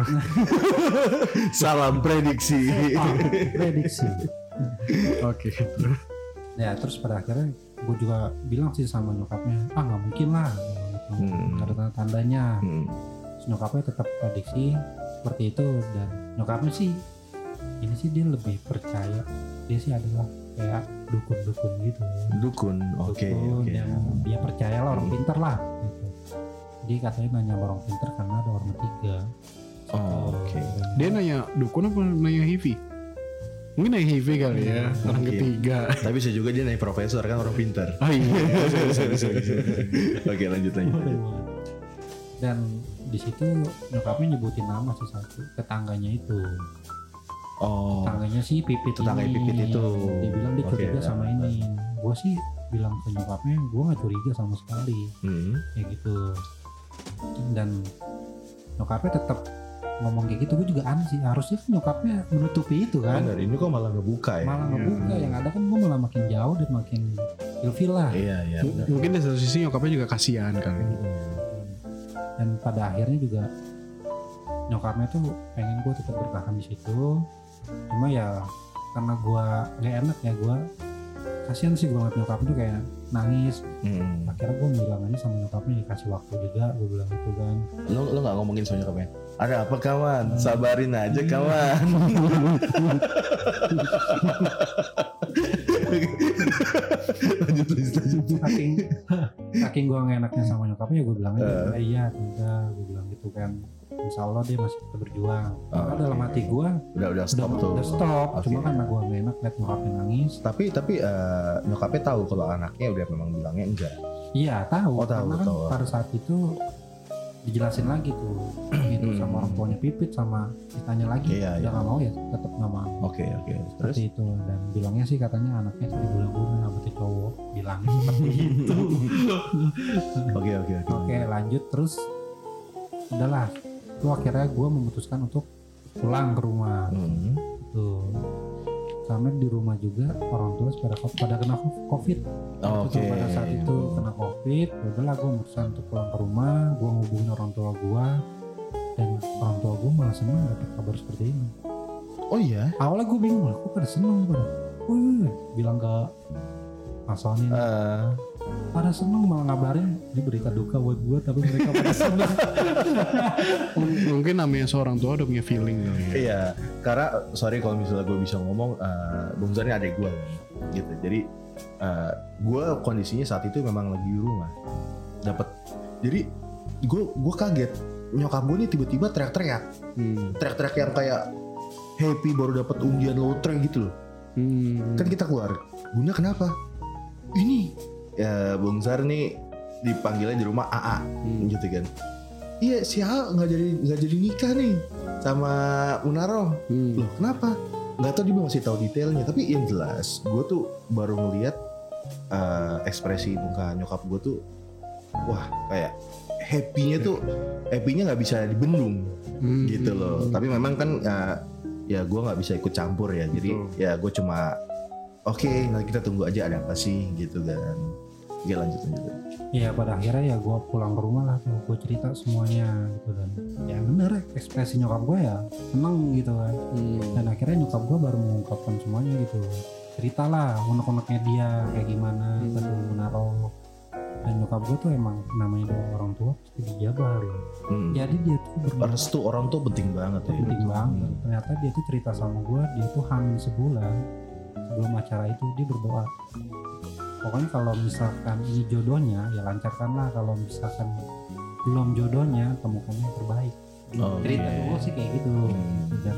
Speaker 1: Salam prediksi.
Speaker 3: Ah, prediksi.
Speaker 2: Oke.
Speaker 3: Ya terus pada akhirnya gue juga bilang sih sama nyokapnya, ah nggak mungkin lah, gitu.
Speaker 1: Hmm.
Speaker 3: Nggak ada tanda-tandanya.
Speaker 1: Hmm.
Speaker 3: Terus nyokapnya tetap prediksi seperti itu dan nyokapnya sih ini sih dia lebih percaya dia sih adalah kayak dukun-dukun gitu ya.
Speaker 1: Dukun. Oke
Speaker 3: Dukun
Speaker 1: oke.
Speaker 3: yang dia percaya lah orang
Speaker 1: Hmm.
Speaker 3: pinter lah gitu. Dia katanya nanya sama orang pinter karena ada orang ketiga.
Speaker 1: Oh, oke.
Speaker 3: Dan-
Speaker 2: Dia nanya dukun apa nanya H I V? Mungkin nanya H I V kali ya. Orang
Speaker 1: Mungkin.
Speaker 2: ketiga.
Speaker 1: Tapi bisa juga dia naik profesor kan orang pintar.
Speaker 2: Oh iya. Bisa, bisa, bisa, bisa.
Speaker 1: Oke lanjut lanjut.
Speaker 3: Boleh, boleh. Dan di situ nyokapnya nyebutin nama sih satu tetangganya itu.
Speaker 1: Oh.
Speaker 3: Tetangganya sih Pipit
Speaker 1: Tetangga
Speaker 3: ini.
Speaker 1: Pipit itu.
Speaker 3: Dia bilang dia
Speaker 1: Oke,
Speaker 3: curiga
Speaker 1: ya.
Speaker 3: sama ini. Gue sih bilang ke nyokapnya gue nggak curiga sama sekali
Speaker 1: Hmm.
Speaker 3: kayak gitu. Dan nyokapnya tetap ngomong kayak gitu. Gue juga aneh sih. Harusnya kan nyokapnya menutupi itu kan.
Speaker 1: Benar, ini kok malah ngebuka ya?
Speaker 3: Malah
Speaker 2: Iya.
Speaker 3: ngebuka. Yang ada kan gue malah makin jauh dan makin ilfil lah.
Speaker 1: Iya iya.
Speaker 2: M-
Speaker 1: benar.
Speaker 2: Mungkin di satu sisi nyokapnya juga kasihan kali.
Speaker 3: Dan pada akhirnya juga nyokapnya tuh pengen gue tetap bertahan di situ. Cuma ya karena gue nggak enak ya gue kasihan sih gue ngeliat nyokapnya tuh kayak nangis.
Speaker 1: Hmm.
Speaker 3: Akhirnya gue bilang aja sama nyokapnya dikasih waktu juga. Gue bilang itu kan.
Speaker 1: Lo lo nggak ngomongin sama nyokapnya? Ada apa kawan? Sabarin aja kawan. lanjut lanjut lanjut.
Speaker 3: Saking saking gue nggak enaknya sama nyokapnya gue bilang aja
Speaker 1: Eh.
Speaker 3: "Eh, iya udah gue bilang gitu kan. insya Allah dia masih tetap berjuang.
Speaker 1: Oh,
Speaker 3: Karena dalam hati gue
Speaker 1: Udah udah stop
Speaker 3: udah,
Speaker 1: tuh.
Speaker 3: udah stop.
Speaker 1: Oke.
Speaker 3: Cuma karena gue gak enak liat nyokapnya nangis.
Speaker 1: Tapi tapi eh, nyokapnya tahu kalau anaknya udah memang bilangnya enggak.
Speaker 3: Iya tahu.
Speaker 1: Oh, tahu,
Speaker 3: karena kan
Speaker 1: tahu.
Speaker 3: pada saat itu dijelasin lagi tuh gitu
Speaker 1: Hmm.
Speaker 3: sama orang tuanya Pipit, sama ditanya lagi
Speaker 1: Iya,
Speaker 3: dia
Speaker 1: iya.
Speaker 3: nggak mau ya tetap nggak mau.
Speaker 1: Oke oke. Terus
Speaker 3: Seperti itu, dan bilangnya sih katanya anaknya sedih guna-guna sama tuh cowok bilangnya seperti itu.
Speaker 1: oke oke oke.
Speaker 3: Oke lanjut terus, udahlah itu akhirnya gue memutuskan untuk pulang ke rumah
Speaker 1: Hmm.
Speaker 3: tuh. Sampai di rumah juga orang tua pada pada kena covid.
Speaker 1: Oh,
Speaker 3: Itu
Speaker 1: Oke.
Speaker 3: pada saat itu kena covid, udahlah gue memutuskan untuk pulang ke rumah. Gue ngubungin orang tua gue, dan orang tua gue malah seneng dapet kabar seperti ini.
Speaker 1: Oh iya.
Speaker 3: Awalnya gue bingung lah, kok pada seneng pada, wih, bilang ke Mas Sony,
Speaker 1: Eh,
Speaker 3: pada seneng malah ngabarin ini berita duka buat gue, tapi mereka pada seneng.
Speaker 2: M- mungkin namanya seorang tua udah punya feeling kali ya.
Speaker 1: Iya, karena sorry kalau misalnya gue bisa ngomong, uh, Bung Zar ini adik gue nih, gitu. Jadi uh, gue kondisinya saat itu memang lagi di rumah, dapat. Jadi gue gue kaget, nyokap gue nih tiba-tiba teriak-teriak,
Speaker 2: Hmm.
Speaker 1: teriak-teriak yang kayak happy baru dapat undian lotre gitu loh.
Speaker 2: Hmm.
Speaker 1: Kan kita keluar, Bunda kenapa? Ini ya Bung Zar nih dipanggilnya di rumah A A,
Speaker 2: Hmm.
Speaker 1: gitu kan. Iya si A A nggak jadi nggak jadi nikah nih sama Munaro.
Speaker 2: Hmm.
Speaker 1: Loh kenapa? Nggak tahu dia belum ngasih tahu detailnya. Tapi yang jelas gue tuh baru ngeliat uh, ekspresi muka nyokap gue tuh, wah kayak happy-nya tuh happy-nya nggak bisa dibendung
Speaker 2: Hmm.
Speaker 1: gitu loh. Tapi memang kan uh, ya gue nggak bisa ikut campur ya. Jadi
Speaker 2: Betul.
Speaker 1: ya gue cuma oke nanti kita tunggu aja ada apa sih gitu kan. Oke lanjut lanjut.
Speaker 3: Iya pada akhirnya ya gue pulang ke rumah lah tuh, gue cerita semuanya gitu, dan ya bener ekspresi nyokap gue ya seneng gitu kan.
Speaker 2: Hmm.
Speaker 3: Dan akhirnya nyokap gue baru mengungkapkan semuanya gitu, ceritalah unek-uneknya dia kayak gimana
Speaker 2: Hmm.
Speaker 3: gitu menaruh. Dan nyokap gue tuh emang namanya doa orang tua pasti dijabah loh.
Speaker 1: Hmm.
Speaker 3: Jadi dia tuh berdoa
Speaker 1: Restu orang tuh penting banget ya.
Speaker 3: penting banget. Ternyata dia tuh cerita sama gue, dia tuh hamil sebulan sebelum acara itu dia berdoa, pokoknya kalau misalkan ini jodohnya ya lancarkanlah, kalau misalkan belum jodohnya temukan yang terbaik.
Speaker 1: Oh,
Speaker 3: Cerita
Speaker 1: oke.
Speaker 3: gue sih kayak gitu.
Speaker 1: Hmm.
Speaker 3: Dan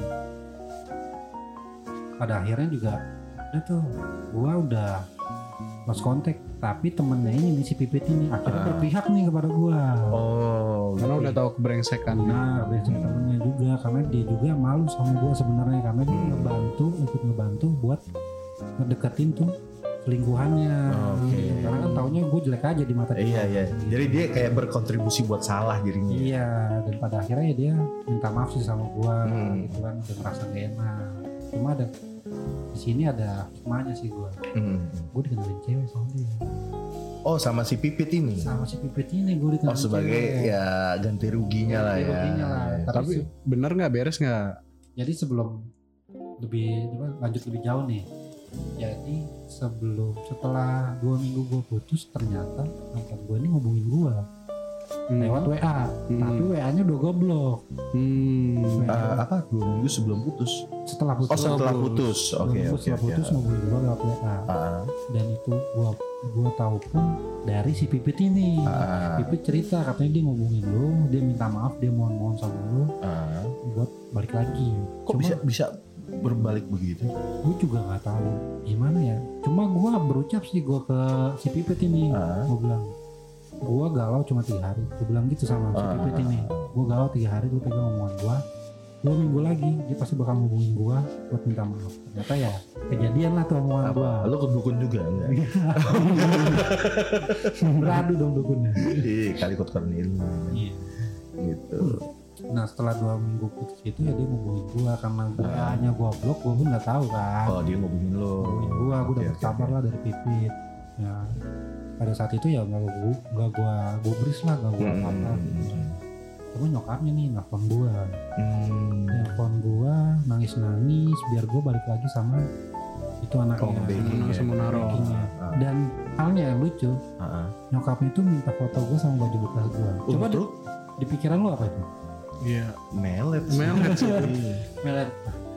Speaker 3: pada akhirnya juga udah tuh gue udah lost contact, tapi temennya ini nih, si Pipit ini akhirnya
Speaker 1: Ah.
Speaker 3: berpihak nih kepada gue.
Speaker 1: Oh,
Speaker 2: Karena
Speaker 1: gitu.
Speaker 2: udah tahu kebrengsekan.
Speaker 3: Nah, biasanya
Speaker 1: Hmm.
Speaker 3: temennya juga, karena dia juga malu sama gue sebenarnya, karena dia
Speaker 1: Hmm.
Speaker 3: ngebantu, ikut ngebantu buat ngedeketin tuh selingkuhannya.
Speaker 1: Oke.
Speaker 3: Karena kan taunya gue jelek aja di mata dia.
Speaker 1: Iya iya.
Speaker 3: Gitu.
Speaker 1: Jadi dia kayak berkontribusi buat salah jadinya.
Speaker 3: Iya, dan pada akhirnya ya dia minta maaf sih sama gue,
Speaker 1: Hmm.
Speaker 3: gitu kan, udah ngerasa gak enak. Cuma ada di sini ada hikmahnya sih gue.
Speaker 1: Hmm.
Speaker 3: Gue dikenalin cewek sama dia.
Speaker 1: Oh sama si Pipit ini.
Speaker 3: Sama si Pipit ini gue dikenalin
Speaker 1: Oh sebagai
Speaker 3: cewek.
Speaker 1: ya ganti ruginya lah
Speaker 3: Ganti
Speaker 1: ya.
Speaker 3: ruginya lah. Tapi,
Speaker 2: Tapi
Speaker 3: se-
Speaker 2: bener nggak, beres nggak?
Speaker 3: jadi sebelum lebih apa, lanjut lebih jauh nih. Jadi sebelum setelah dua minggu gue putus, ternyata mantan gue ini ngubungin gue
Speaker 2: Hmm.
Speaker 3: lewat W A.
Speaker 2: Hmm.
Speaker 3: Tapi W A-nya udah gue blok.
Speaker 2: Hmm.
Speaker 1: Eh, apa dua minggu sebelum putus?
Speaker 3: Setelah putus.
Speaker 1: Oh setelah putus.
Speaker 3: Dua
Speaker 1: Oke
Speaker 3: minggu
Speaker 1: oke
Speaker 3: setelah
Speaker 1: oke.
Speaker 3: putus ngubungin gue lewat W A.
Speaker 1: Ah,
Speaker 3: Dan itu gue gue tahu pun dari si Pipit ini.
Speaker 1: ah,
Speaker 3: Pipit cerita katanya dia ngubungin lo, dia minta maaf, dia mohon-mohon sama lo
Speaker 1: ah.
Speaker 3: buat balik lagi.
Speaker 1: Kok
Speaker 3: Cuma
Speaker 1: bisa bisa berbalik begitu?
Speaker 3: gue juga nggak tahu gimana ya. Cuma gue berucap sih gue ke si Pipit ini.
Speaker 1: Ah.
Speaker 3: Gue bilang, gue galau cuma tiga hari. Gue bilang gitu sama si
Speaker 1: Ah.
Speaker 3: Pipit ini. Gue galau tiga hari, lu pegang omongan gue. Dua minggu lagi dia pasti bakal ngubungin gue buat minta maaf. Ternyata ya kejadian lah tuh omongan gue.
Speaker 1: Apa? Lo ke dukun juga enggak?
Speaker 3: Beradu dong dukunnya.
Speaker 1: Iya kali ikut karena ilmu
Speaker 3: Iya.
Speaker 1: gitu.
Speaker 3: Nah setelah dua minggu putus itu ya dia ngubungin gue, karena W A-nya gue blok, gue pun nggak tahu kan.
Speaker 1: Oh dia ngubungin lo.
Speaker 3: Ngubungin gue, gue
Speaker 1: Oke,
Speaker 3: dapet
Speaker 1: oke,
Speaker 3: kabar
Speaker 1: oke.
Speaker 3: lah dari Pipit. Ya pada saat itu ya nggak gue nggak gue gubris lah, nggak gue
Speaker 1: Hmm,
Speaker 3: apa-apa.
Speaker 1: hmm,
Speaker 3: Cuma nyokapnya nih nelfon gue,
Speaker 1: hmm.
Speaker 3: nelfon gue nangis-nangis biar gue balik lagi sama itu anaknya.
Speaker 1: Oh, nge-baking ya.
Speaker 2: Sama Naro.
Speaker 3: Bakingnya.
Speaker 1: Ah,
Speaker 3: Dan halnya yang lucu,
Speaker 1: ah, ah.
Speaker 3: nyokapnya itu minta foto gue sama baju bekas gue. Coba di,
Speaker 1: Untuk
Speaker 3: di pikiran lu apa itu?
Speaker 2: Iya.
Speaker 1: melet.
Speaker 2: Melet sih.
Speaker 3: Melet.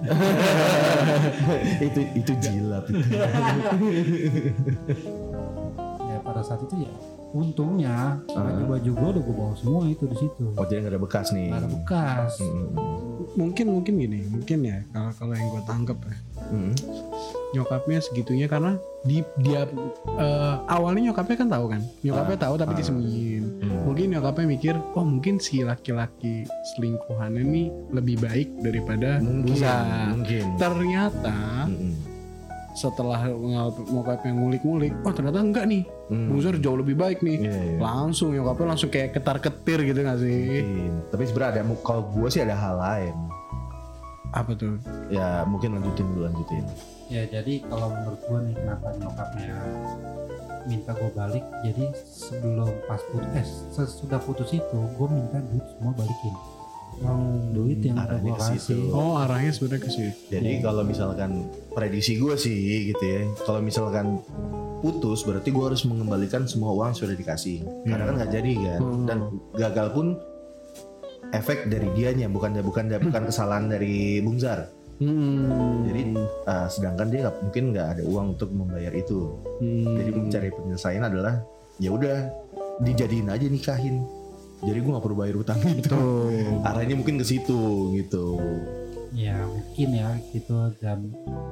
Speaker 1: itu itu jilat itu.
Speaker 3: Ya pada saat itu ya untungnya baju-baju gue udah gue bawa semua itu di situ.
Speaker 1: Oh jadi nggak ada bekas nih.
Speaker 3: Nggak ada bekas.
Speaker 1: Hmm.
Speaker 2: Mungkin mungkin gini, mungkin ya kalau kalau yang gue tangkep ya.
Speaker 1: Hmm.
Speaker 2: Nyokapnya segitunya karena di dia uh, awalnya nyokapnya kan tahu kan. Nyokapnya
Speaker 1: Ah,
Speaker 2: tahu tapi
Speaker 1: ah.
Speaker 2: disembunyiin.
Speaker 1: Hmm.
Speaker 2: Mungkin nyokapnya mikir, oh mungkin si laki-laki selingkuhannya nih lebih baik daripada
Speaker 1: Mungkin.
Speaker 2: Buzar.
Speaker 1: Mungkin.
Speaker 2: Ternyata
Speaker 1: Hmm.
Speaker 2: setelah nyokapnya ngulik-ngulik, oh ternyata enggak nih.
Speaker 1: Hmm.
Speaker 2: Buzar jauh lebih baik nih.
Speaker 1: Iya, iya.
Speaker 2: Langsung nyokapnya langsung kayak ketar-ketir gitu gak sih?
Speaker 1: Mungkin. Tapi sebenarnya ada, kalau gue sih ada hal lain.
Speaker 2: Apa tuh?
Speaker 1: Ya mungkin lanjutin dulu lanjutin.
Speaker 3: Ya jadi kalau menurut gue nih kenapa nyokapnya minta gue balik. Jadi sebelum pas putus, eh sesudah putus itu gue minta duit semua balikin. Uang duit yang udah
Speaker 1: arahnya
Speaker 3: gue
Speaker 1: ke situ.
Speaker 3: kasih.
Speaker 2: Oh arahnya sebenarnya ke situ.
Speaker 1: Jadi kalau misalkan prediksi gue sih gitu ya, kalau misalkan putus berarti gue harus mengembalikan semua uang yang sudah dikasih. Karena kan nggak jadi kan,
Speaker 2: Hmm.
Speaker 1: dan gagal pun efek dari dianya, bukan bukan bukan kesalahan dari Bungzar.
Speaker 2: Hmm.
Speaker 1: Jadi uh, sedangkan dia nggak mungkin nggak ada uang untuk membayar itu.
Speaker 2: Hmm.
Speaker 1: Jadi mencari penyelesaian adalah ya udah dijadiin aja nikahin. Jadi gue nggak perlu bayar utang itu.
Speaker 2: Tuh.
Speaker 1: Arahnya mungkin ke situ gitu.
Speaker 3: Ya mungkin ya gitu dan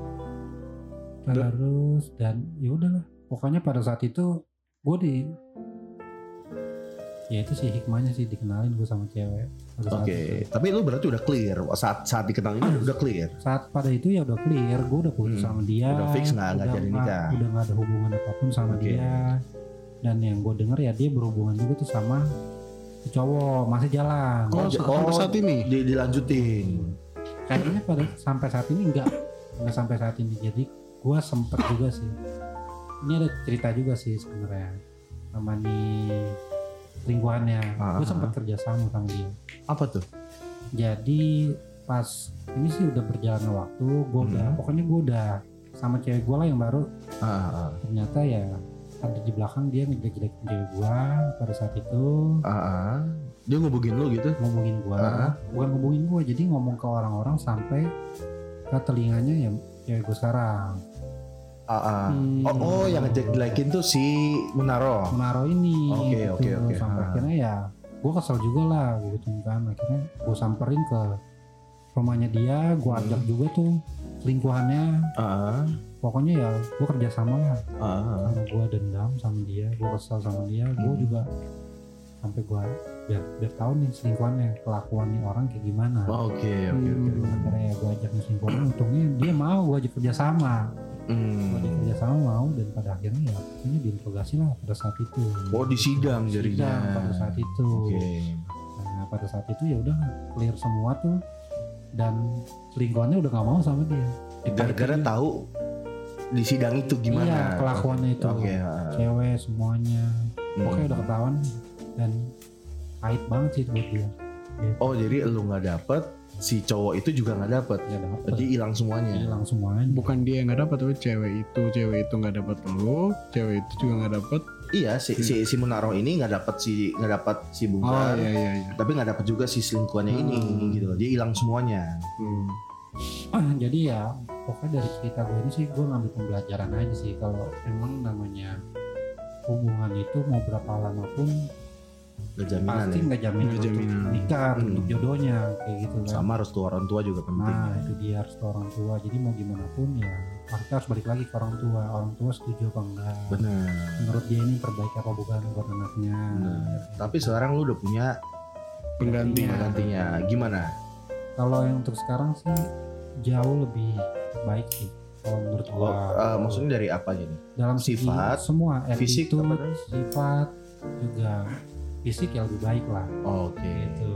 Speaker 3: terus dan ya udahlah. Pokoknya pada saat itu gue di ya itu sih hikmahnya sih dikenalin gue sama cewek. Pada saat
Speaker 1: Oke,
Speaker 3: itu.
Speaker 1: tapi lu berarti udah clear saat saat dikenal ini udah clear.
Speaker 3: Saat pada itu ya udah clear, gue udah putus
Speaker 1: Hmm,
Speaker 3: sama dia.
Speaker 1: udah fix nggak- nggak
Speaker 3: udah
Speaker 1: jadi
Speaker 3: nggak-
Speaker 1: nikah.
Speaker 3: Udah nggak ada hubungan apapun sama
Speaker 1: Oke.
Speaker 3: dia. Dan yang gue denger ya dia berhubungan juga tuh sama si cowok masih jalan.
Speaker 2: Oh,
Speaker 1: j-
Speaker 2: sampai saat ini?
Speaker 1: di- dilanjutin.
Speaker 3: Kayaknya pada sampai saat ini enggak enggak sampai saat ini. Jadi gue sempet juga sih. Ini ada cerita juga sih sebenarnya sama nih lingkungannya.
Speaker 1: Ah,
Speaker 3: Gue
Speaker 1: ah,
Speaker 3: sempat
Speaker 1: ah.
Speaker 3: kerja sama sama dia.
Speaker 1: Apa tuh?
Speaker 3: Jadi pas ini sih udah berjalannya waktu, gue udah
Speaker 1: Hmm.
Speaker 3: pokoknya gue udah sama cewek gue lah yang baru.
Speaker 1: Ah, ah,
Speaker 3: Ternyata ya ada di belakang dia ngejelek-jelekin cewek gue pada saat itu,
Speaker 1: ah, ah. Dia ngubungin lu gitu?
Speaker 3: ngomongin gue,
Speaker 1: Ah.
Speaker 3: bukan ngomongin gue, jadi ngomong ke orang-orang sampai ke telinganya ya cewek gue sekarang.
Speaker 1: Ah, ah.
Speaker 2: Hmm.
Speaker 1: Oh, oh yang ngejelekin tuh si Munaro.
Speaker 3: Menaruh ini
Speaker 1: Oke,
Speaker 3: gitu.
Speaker 1: oke, oke.
Speaker 3: Sampai
Speaker 1: Ah.
Speaker 3: akhirnya ya gue kesel juga lah gitu kan, akhirnya gue samperin ke rumahnya dia, gue
Speaker 1: Hmm.
Speaker 3: ajak juga tuh selingkuhannya.
Speaker 1: Ah,
Speaker 3: Pokoknya ya gue kerja sama lah,
Speaker 1: ah, ah.
Speaker 3: karena gue dendam sama dia, gue kesel sama dia, gue
Speaker 1: Hmm.
Speaker 3: juga sampai gue biar biar tahu nih selingkuhannya, kelakuannya orang kayak gimana.
Speaker 1: Oh, Oke, oke, oke.
Speaker 2: Hmm.
Speaker 3: Akhirnya ya gue ajak selingkuhannya, untungnya dia mau gue ajak kerja sama, gue ajak
Speaker 1: Hmm.
Speaker 3: kerja sama mau, dan pada akhirnya ya akhirnya diinterogasi lah pada saat itu.
Speaker 1: Oh, di sidang jadinya.
Speaker 3: Sidang pada saat itu.
Speaker 1: Oke.
Speaker 3: Nah pada saat itu ya udah clear semua tuh, dan selingkuhannya udah nggak mau sama dia.
Speaker 1: Gara-gara
Speaker 3: Ditarik
Speaker 1: tahu di sidang itu gimana?
Speaker 3: Iya, kelakuannya itu.
Speaker 1: Oke. ah.
Speaker 3: Cewek semuanya,
Speaker 1: Hmm.
Speaker 3: pokoknya udah ketahuan dan pahit banget sih buat dia. Gitu.
Speaker 1: Oh, jadi lu nggak dapet, si cowok itu juga nggak dapet.
Speaker 3: Ya dapet,
Speaker 1: Jadi hilang semuanya.
Speaker 3: hilang semuanya.
Speaker 2: Bukan dia yang nggak dapat, tapi cewek itu, cewek itu nggak dapat lo, cewek itu juga nggak dapat.
Speaker 1: Iya, si si, si Munaro ini nggak dapet si nggak dapet si
Speaker 2: Oh
Speaker 1: Bungkar,
Speaker 2: iya iya iya.
Speaker 1: tapi nggak dapet juga si selingkuhannya ini
Speaker 2: Hmm.
Speaker 1: gitu loh. Dia hilang semuanya.
Speaker 2: Hmm.
Speaker 3: Ah, jadi ya pokoknya dari cerita gue ini sih gue ngambil pembelajaran aja sih, kalau emang namanya hubungan itu mau berapa lama pun
Speaker 1: Gak jaminan
Speaker 3: pasti
Speaker 1: ya.
Speaker 3: nggak jaminan
Speaker 2: Nggak
Speaker 3: untuk
Speaker 2: jaminan.
Speaker 3: nikah,
Speaker 1: Hmm.
Speaker 3: untuk jodohnya kayak gitu kan.
Speaker 1: Sama harus tuh orang tua juga penting.
Speaker 3: Nah itu dia, harus ke orang tua. Jadi mau gimana pun ya kita harus balik lagi ke orang tua. Orang tua setuju apa enggak?
Speaker 1: Benar.
Speaker 3: Menurut dia ini terbaik apa bukan buat anaknya?
Speaker 1: Benar. Tapi sekarang lu udah punya
Speaker 2: Pengganti.
Speaker 3: Iya.
Speaker 1: penggantinya. Gimana?
Speaker 3: Kalau yang untuk sekarang sih jauh lebih baik sih. Kalau menurut
Speaker 1: Oh,
Speaker 3: gua.
Speaker 1: eh, maksudnya dari apa jadi?
Speaker 3: dalam segi
Speaker 1: sifat,
Speaker 3: semua,
Speaker 1: fisik,
Speaker 3: attitude,
Speaker 1: apa tadi?
Speaker 3: sifat juga fisik ya lebih baik lah.
Speaker 1: Oke.
Speaker 3: Gitu.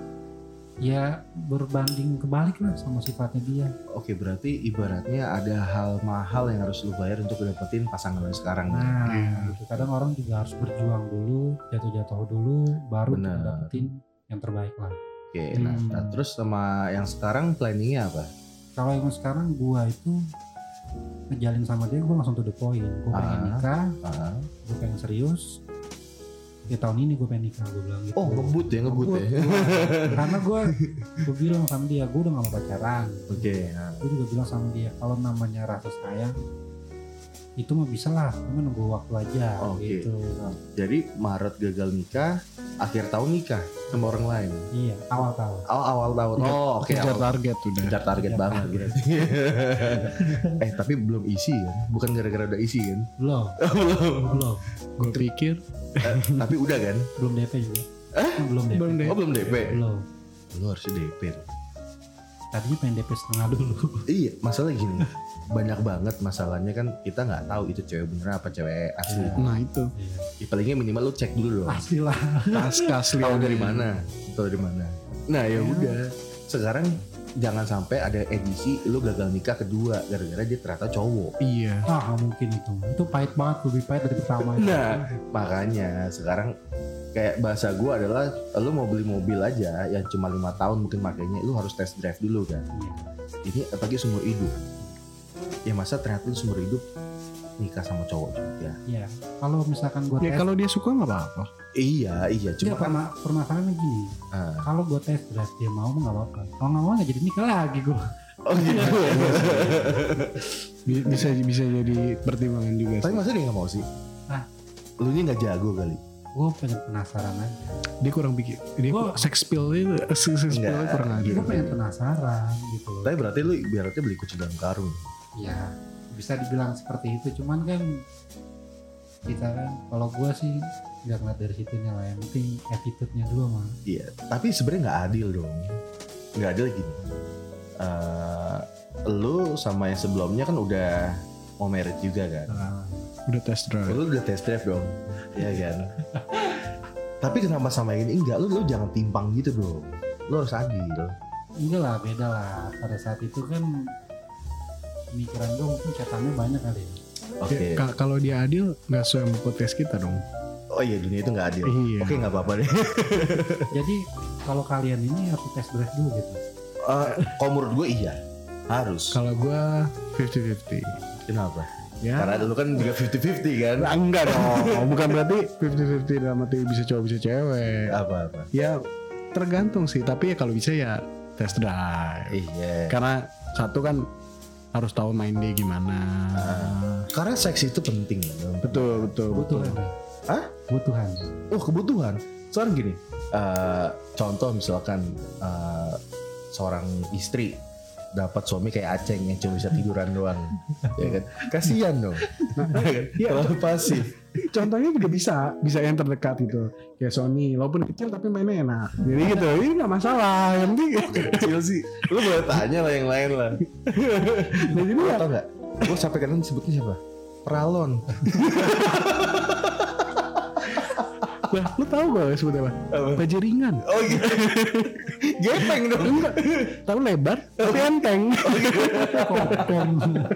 Speaker 3: Ya berbanding kebalik lah sama sifatnya dia.
Speaker 1: Oke, berarti ibaratnya ada hal mahal yang harus lu bayar untuk dapetin pasangan lu sekarang.
Speaker 3: Nah,
Speaker 2: Iya.
Speaker 3: gitu. Kadang orang juga harus berjuang dulu, jatuh-jatuh dulu, baru
Speaker 1: Benar.
Speaker 3: kita dapetin yang terbaik lah.
Speaker 1: Oke, nah,
Speaker 3: Hmm.
Speaker 1: nah, terus sama yang sekarang planningnya apa?
Speaker 3: Kalau yang sekarang gua itu ngejalin sama dia, gua langsung to the point. Gua pengen
Speaker 1: Ah.
Speaker 3: nikah,
Speaker 1: Ah.
Speaker 3: gua pengen serius. Ya tahun ini gua pengen nikah, gua bilang gitu.
Speaker 1: Oh, ngebut ya, ngebut ya.
Speaker 3: Gua- Karena gua, gua bilang sama dia, gua udah gak mau pacaran.
Speaker 1: Oke. nah.
Speaker 3: Gua juga bilang sama dia, kalau namanya rasa sayang, itu mah bisa lah, cuma nunggu waktu aja
Speaker 1: Oke.
Speaker 3: gitu.
Speaker 1: Jadi Maret gagal nikah, akhir tahun nikah sama orang lain.
Speaker 3: Iya, awal-awal.
Speaker 1: Oh, awal tahun. Oh, oke.
Speaker 2: Kejar
Speaker 1: awal.
Speaker 2: target udah.
Speaker 1: Kejar target
Speaker 3: Kejar
Speaker 1: banget
Speaker 3: target.
Speaker 1: gitu. eh, tapi belum isi kan? Bukan gara-gara udah isi kan?
Speaker 3: Belum,
Speaker 1: belum.
Speaker 3: belum,
Speaker 2: Gue pikir
Speaker 1: Eh, tapi udah kan?
Speaker 3: belum D P juga. Eh? Belum D P.
Speaker 2: belum deh.
Speaker 1: Oh, belum D P.
Speaker 3: Belum.
Speaker 1: Lu harusnya D P tuh.
Speaker 3: Tadinya pengen D P setengah dulu.
Speaker 1: Iya, masalah gini. Banyak banget masalahnya kan kita nggak tahu itu cewek beneran apa cewek asli.
Speaker 3: Iya.
Speaker 2: Nah itu
Speaker 3: Iya.
Speaker 1: Ya, palingnya minimal lu cek dulu dong.
Speaker 3: Pastilah.
Speaker 2: kas kasli
Speaker 1: Tahu dari mana? Tahu dari mana? Nah ya udah. Sekarang jangan sampai ada edisi lu gagal nikah kedua gara-gara dia ternyata cowok.
Speaker 2: Iya.
Speaker 3: Ah, nggak mungkin itu. Itu pahit banget, lebih pahit dari pertama itu.
Speaker 1: Nah, makanya sekarang kayak bahasa gue adalah lu mau beli mobil aja yang cuma lima tahun mungkin makanya lu harus test drive dulu kan.
Speaker 3: Iya.
Speaker 1: Ini apalagi seumur hidup. Ya masa ternyata lu seumur hidup nikah sama cowok juga.
Speaker 3: Iya. Kalau misalkan gue
Speaker 2: Ya
Speaker 3: tes,
Speaker 2: kalau dia suka nggak apa-apa.
Speaker 1: Iya, iya.
Speaker 3: cuma
Speaker 1: Cuma kan
Speaker 3: perma- permasalahannya gini.
Speaker 1: ah.
Speaker 3: Kalau gue tes drive dia mau mah nggak apa-apa. Kalau nggak mau nggak jadi nikah lagi gue.
Speaker 1: Oh gitu.
Speaker 2: Bi- Bisa bisa jadi pertimbangan juga.
Speaker 1: Tapi
Speaker 2: Sih.
Speaker 1: masa dia nggak mau sih?
Speaker 3: Hah?
Speaker 1: Lu nya nggak jago kali.
Speaker 3: Gue pengen penasaran aja.
Speaker 2: Dia kurang pikir. Dia
Speaker 3: Gua-
Speaker 2: sex pill itu sex sex pill
Speaker 1: Enggak.
Speaker 2: kurang ada.
Speaker 3: Gue pengen penasaran gitu.
Speaker 1: Tapi berarti lu ibaratnya beli kucing dalam karung.
Speaker 3: Ya bisa dibilang seperti itu. Cuman kan kita kan, kalau gue sih nggak ngeliat dari situnya lah. Yang penting attitude-nya dulu mah.
Speaker 1: Iya. Tapi sebenarnya nggak adil dong. Nggak adil gini. Eh, lu sama yang sebelumnya kan udah mau married juga kan.
Speaker 3: Nah,
Speaker 2: Udah test drive.
Speaker 1: Lu udah test drive dong. Iya kan. Tapi kenapa sama yang ini enggak? Lu lu jangan timpang gitu dong. Lu harus adil.
Speaker 3: enggak lah, beda lah. Pada saat itu kan pemikiran gue mungkin catatannya banyak kali ya.
Speaker 1: Oke.
Speaker 2: Ya, ka- kalau dia adil nggak sesuai sama podcast kita dong.
Speaker 1: Oh iya, dunia itu nggak adil.
Speaker 2: Iya.
Speaker 1: Oke, nggak apa-apa deh.
Speaker 3: Jadi kalau kalian ini harus test drive dulu gitu.
Speaker 1: Eh, kalau menurut gue iya, harus.
Speaker 2: Kalau gue fifty fifty.
Speaker 1: Kenapa?
Speaker 2: Ya.
Speaker 1: Karena dulu kan juga fifty fifty kan.
Speaker 2: Nah, enggak dong. Bukan berarti fifty fifty dalam arti bisa cowok bisa cewek.
Speaker 1: Apa-apa.
Speaker 2: Ya tergantung sih. Tapi ya kalau bisa ya test drive.
Speaker 1: Iya.
Speaker 2: Karena satu kan harus tahu main dia gimana.
Speaker 1: Karena seks itu penting. Dong.
Speaker 2: Betul betul betul.
Speaker 3: Kebutuhan. ya?
Speaker 1: Hah?
Speaker 3: Kebutuhan.
Speaker 1: Oh kebutuhan. Soalnya gini. eh, contoh misalkan eh, seorang istri dapat suami kayak Aceng yang cuma bisa tiduran doang, ya kan? Kasihan dong.
Speaker 2: Iya.
Speaker 1: Kalau pasif.
Speaker 2: Contohnya juga bisa, bisa yang terdekat itu. Kayak Sony, walaupun kecil tapi mainnya enak. Jadi gitu, ini nggak masalah. Yang penting.
Speaker 1: Kecil sih. Lu boleh tanya lah yang lain lah.
Speaker 2: Nah, jadi
Speaker 1: Lu
Speaker 2: ya,
Speaker 1: tau nggak? Gue sampai kadang disebutnya siapa? Pralon.
Speaker 2: lah, lu tahu gak sebutnya apa?
Speaker 1: Apa?
Speaker 2: Bajeringan.
Speaker 1: Oh gitu. Gepeng dong.
Speaker 2: Enggak, tahu lebar, tapi enteng.
Speaker 3: Kopeng.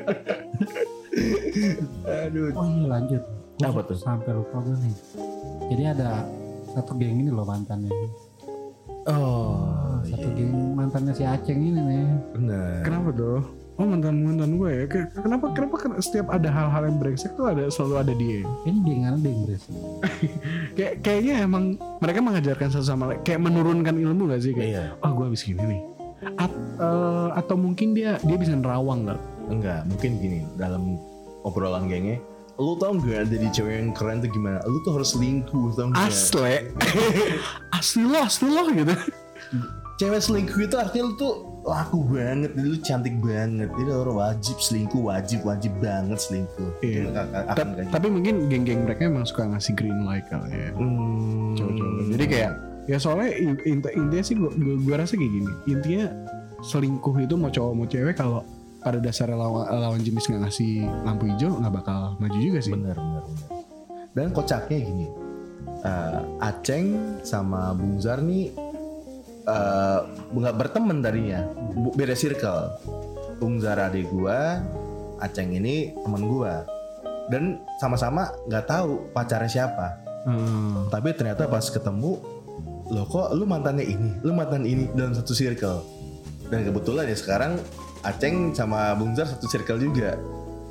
Speaker 1: Aduh.
Speaker 3: Oh iya lanjut. Gua
Speaker 1: Apa tuh?
Speaker 3: Sampai lupa gue nih. Jadi ada satu geng ini loh mantannya.
Speaker 1: Oh,
Speaker 3: Satu
Speaker 1: iya.
Speaker 3: geng mantannya si Aceng ini nih.
Speaker 1: Benar.
Speaker 2: Kenapa tuh? Oh mantan mantan gue ya. Ke- Kenapa kenapa ken- setiap ada hal-hal yang brengsek tuh ada selalu ada dia.
Speaker 3: Ini gengan ada yang beres.
Speaker 2: Kayak kayaknya emang mereka mengajarkan satu sama lain. Kayak menurunkan ilmu gak sih kayak.
Speaker 1: Iya.
Speaker 2: Oh gue habis gini nih. At- eh, atau mungkin dia dia bisa nerawang gak?
Speaker 1: Enggak, mungkin gini dalam obrolan gengnya. Lu tau gak jadi cewek yang keren tuh gimana? Lu tuh harus selingkuh tau gak?
Speaker 2: Asli. Asli loh, asli loh gitu.
Speaker 1: Cewek selingkuh itu artinya lu tuh laku banget, lu cantik banget. Jadi orang wajib selingkuh, wajib wajib banget selingkuh.
Speaker 2: Iya.
Speaker 1: Itu akan- akan
Speaker 2: Ta-
Speaker 1: kayak gitu.
Speaker 2: Tapi mungkin geng-geng mereka emang suka ngasih green light kali ya.
Speaker 1: Hmm.
Speaker 2: Cowok-cowok. Jadi kayak ya soalnya in- int- intinya sih gua, gua, gua rasa kayak gini. Intinya selingkuh itu mau cowok mau cewek kalau pada dasarnya lawan, lawan jenis nggak ngasih lampu hijau nggak bakal maju juga sih.
Speaker 1: Bener bener bener. Dan kocaknya gini, eh, Aceng sama Bung Zar nih eh, nggak berteman tadinya, Bu- beda circle. Bung Zar adik gua, Aceng ini teman gua, dan sama-sama nggak tahu pacarnya siapa.
Speaker 2: Hmm.
Speaker 1: Tapi ternyata pas ketemu, loh kok lu mantannya ini, lu mantan ini dalam satu circle. Dan kebetulan ya sekarang Aceng sama Bung Zar satu circle juga.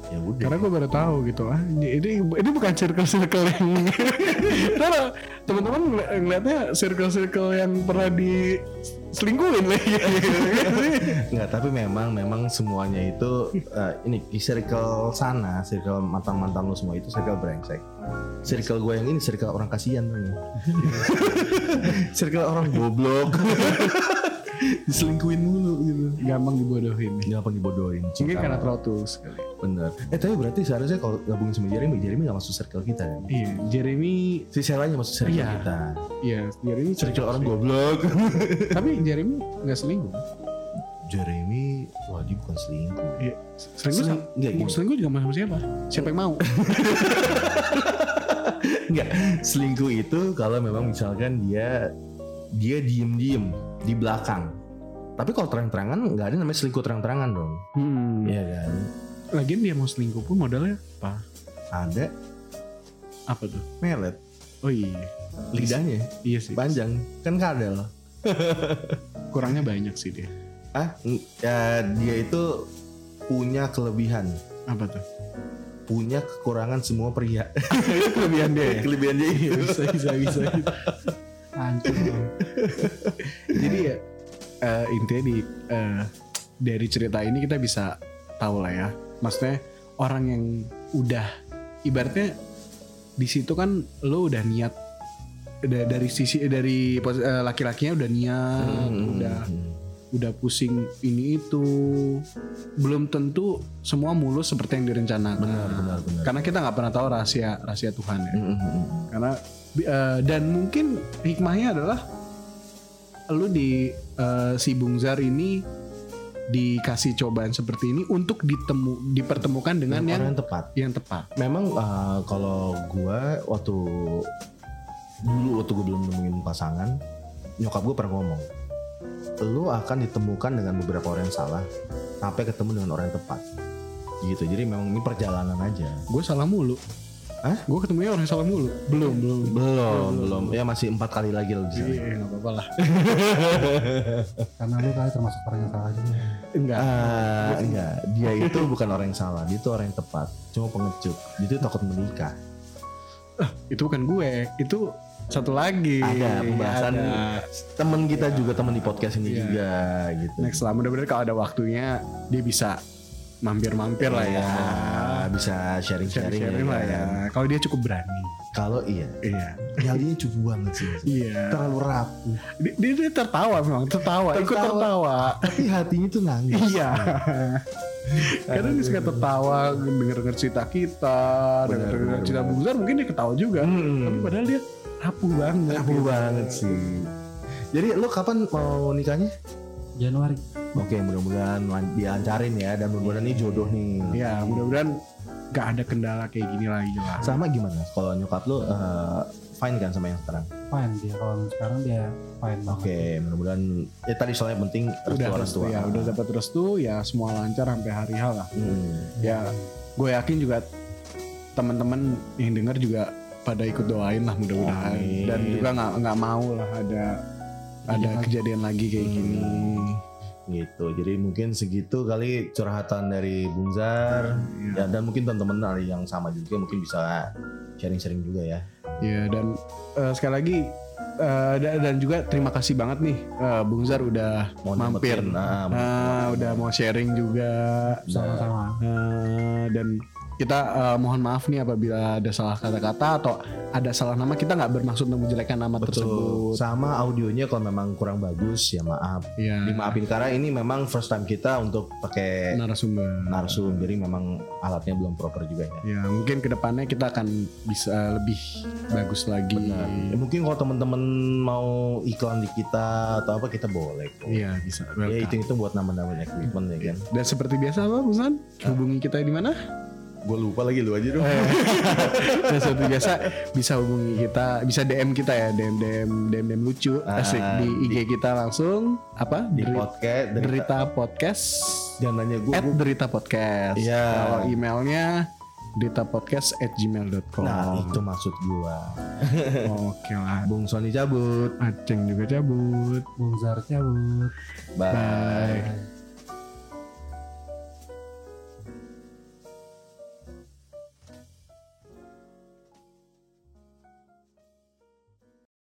Speaker 1: Ya udah.
Speaker 2: Karena gue baru tahu gitu ah ini ini bukan circle-circle yang karena teman-teman ngel- ngeliatnya circle-circle yang pernah diselingkuhin lagi.
Speaker 1: Enggak, tapi memang memang semuanya itu uh, ini di circle sana, circle mantan-mantan lu semua itu circle brengsek. Circle gue yang ini circle orang kasihan tuh. Circle orang goblok. Diselingkuhin mulu gitu.
Speaker 2: Gampang dibodohin.
Speaker 1: Gampang dibodohin.
Speaker 2: Mungkin karena terlalu tulus kali.
Speaker 1: Bener. Eh tapi berarti seharusnya kalau gabungin sama Jeremy, Jeremy gak masuk circle kita kan?
Speaker 2: Iya, Jeremy.
Speaker 1: Si Selanya masuk circle
Speaker 2: Iya.
Speaker 1: kita.
Speaker 2: Iya, Jeremy
Speaker 1: Circle orang goblok.
Speaker 2: Tapi Jeremy nggak selingkuh.
Speaker 1: Jeremy, wah dia bukan selingkuh.
Speaker 2: Iya, selingkuh
Speaker 1: Seling-
Speaker 2: sama.
Speaker 1: enggak,
Speaker 2: Mau
Speaker 1: gini.
Speaker 2: selingkuh juga sama siapa? Siapa yang mau?
Speaker 1: Enggak, selingkuh itu kalau memang misalkan dia dia diem-diem di belakang. Tapi kalau terang-terangan nggak ada namanya selingkuh terang-terangan dong.
Speaker 2: Hmm.
Speaker 1: Iya kan?
Speaker 2: Lagian dia mau selingkuh pun modalnya apa?
Speaker 1: Ada
Speaker 2: Apa tuh?
Speaker 1: melet,
Speaker 2: Oh iya,
Speaker 1: lidahnya
Speaker 2: iya sih.
Speaker 1: panjang, kan kadal.
Speaker 2: Kurangnya banyak sih dia.
Speaker 1: Ah, n- ya, dia itu punya kelebihan,
Speaker 2: Apa tuh?
Speaker 1: punya kekurangan semua pria.
Speaker 2: Itu kelebihan dia ya?
Speaker 1: Kelebihan dia itu.
Speaker 2: bisa bisa bisa.
Speaker 3: Hancur.
Speaker 2: Jadi ya eh, intinya di eh, dari cerita ini kita bisa tahu lah ya. Maksudnya orang yang udah ibaratnya di situ kan lo udah niat udah dari sisi dari pos- eh, laki-lakinya udah niat,
Speaker 1: Hmm.
Speaker 2: udah udah pusing ini itu, belum tentu semua mulus seperti yang direncanakan.
Speaker 1: Benar, benar, benar.
Speaker 2: Karena kita nggak pernah tahu rahasia rahasia Tuhan ya.
Speaker 1: Mm, mm, mm.
Speaker 2: Karena eh, dan mungkin hikmahnya adalah lu di eh, si Bungzar ini dikasih cobaan seperti ini untuk ditemu dipertemukan dengan
Speaker 1: Orang
Speaker 2: yang
Speaker 1: yang tepat.
Speaker 2: yang tepat.
Speaker 1: Memang uh, kalau gua waktu dulu waktu gue belum nemuin pasangan, nyokap gue pernah ngomong, lu akan ditemukan dengan beberapa orang yang salah sampai ketemu dengan orang yang tepat. Gitu. Jadi memang ini perjalanan aja.
Speaker 2: Gue salah mulu.
Speaker 1: Hah?
Speaker 2: Gue ketemunya orang yang salah mulu. Belum, belum.
Speaker 1: Belum, belum. Ya masih empat kali lagi lo di sana.
Speaker 2: Iya, nggak apa-apa lah.
Speaker 3: Karena lu kali termasuk orang yang salah juga.
Speaker 2: Enggak.
Speaker 1: Ah, enggak. Dia itu bukan orang yang salah. Dia itu orang yang tepat. Cuma pengecut. Dia itu takut menikah.
Speaker 2: Itu bukan gue. Itu satu lagi.
Speaker 1: Ada pembahasan
Speaker 2: Ada.
Speaker 1: temen kita juga, temen di podcast ini
Speaker 2: Iya.
Speaker 1: juga gitu.
Speaker 2: Next lah, mudah-mudahan kalau ada waktunya dia bisa mampir-mampir lah ya.
Speaker 1: Bisa sharing-sharing,
Speaker 2: Sharing-sharing lah ya. Kalau dia cukup berani.
Speaker 1: Kalau iya,
Speaker 2: Iya.
Speaker 1: nyalinya cukup banget sih.
Speaker 2: Iya.
Speaker 1: Terlalu rapuh.
Speaker 2: Dia, dia, dia tertawa memang, tertawa, ikut
Speaker 1: Tertawa.
Speaker 2: tertawa.
Speaker 1: Tapi hatinya tuh nangis.
Speaker 2: Iya. Kadang dia suka tertawa denger-denger cerita kita,
Speaker 1: Benar,
Speaker 2: denger-denger
Speaker 1: benar,
Speaker 2: cerita
Speaker 1: benar.
Speaker 2: Bungzar mungkin dia ketawa juga.
Speaker 1: Hmm.
Speaker 2: Tapi padahal dia rapuh banget.
Speaker 1: Rapuh
Speaker 2: gitu.
Speaker 1: banget sih. Jadi lo kapan mau nikahnya?
Speaker 3: Januari.
Speaker 1: Oke, mudah-mudahan lan- dilancarin ya, dan mudah-mudahan ini jodoh nih.
Speaker 2: Ya, mudah-mudahan gak ada kendala kayak gini lagi lah.
Speaker 1: Sama gimana? Kalau nyokap lo uh, fine kan sama yang sekarang?
Speaker 3: Fine dia. Kalau sekarang dia fine banget.
Speaker 1: Oke, mudah-mudahan ya tadi soalnya penting restu
Speaker 2: Udah
Speaker 1: orang
Speaker 2: restu
Speaker 1: tua.
Speaker 2: ya, udah dapat restu ya, semua lancar sampai hari H lah.
Speaker 1: Hmm.
Speaker 2: Ya, gue yakin juga teman-teman yang dengar juga pada ikut doain lah mudah-mudahan.
Speaker 1: Amin.
Speaker 2: Dan juga nggak nggak mau lah ada ada
Speaker 3: Iya.
Speaker 2: kejadian lagi kayak gini.
Speaker 1: Gitu. Jadi mungkin segitu kali curhatan dari Bungzar.
Speaker 2: Ya,
Speaker 1: Ya, dan mungkin teman-teman ada yang sama juga mungkin bisa sharing-sharing juga ya.
Speaker 2: ya dan eh, sekali lagi eh, da- dan juga terima kasih banget nih eh, Bungzar udah
Speaker 1: Mau
Speaker 2: mampir,
Speaker 1: nyempetin, nah,
Speaker 2: Ah, udah mau sharing juga.
Speaker 3: Sama-sama.
Speaker 2: Eh, dan kita eh, mohon maaf nih apabila ada salah kata-kata atau ada salah nama, kita nggak bermaksud menjelekkan nama
Speaker 1: Betul.
Speaker 2: tersebut.
Speaker 1: Sama audionya kalau memang kurang bagus ya maaf.
Speaker 2: Ya,
Speaker 1: Dimaafin karena ini memang first time kita untuk pakai
Speaker 2: narasumber.
Speaker 1: narsum. Jadi memang alatnya belum proper juga ya.
Speaker 2: Ya mungkin kedepannya kita akan bisa lebih bagus lagi.
Speaker 1: Benar. Ya, mungkin kalau teman-teman mau iklan di kita atau apa kita boleh kok.
Speaker 2: Iya bisa.
Speaker 1: Ya
Speaker 2: Welcome.
Speaker 1: itu itu buat nama-nama equipment ya kan.
Speaker 2: Dan seperti biasa apa Busan? Hubungi kita di mana?
Speaker 1: Gue lupa lagi, lu aja dong.
Speaker 2: Dan seperti biasa bisa hubungi kita, bisa D M kita ya, D M D M D M D M lucu,
Speaker 1: Ah,
Speaker 2: asik di I G kita langsung apa?
Speaker 1: Di
Speaker 2: Deri-
Speaker 1: podcast derita,
Speaker 2: Derita Podcast.
Speaker 1: jangan nanya gue.
Speaker 2: At Derita Podcast.
Speaker 1: Iya.
Speaker 2: Kalau emailnya deritapodcast at gmail dot com.
Speaker 1: Nah itu maksud gue.
Speaker 2: Oke lah.
Speaker 1: Bung Sony cabut.
Speaker 2: Aceng juga cabut.
Speaker 3: Bungzar cabut.
Speaker 1: Bye.
Speaker 2: Bye.
Speaker 3: Bye.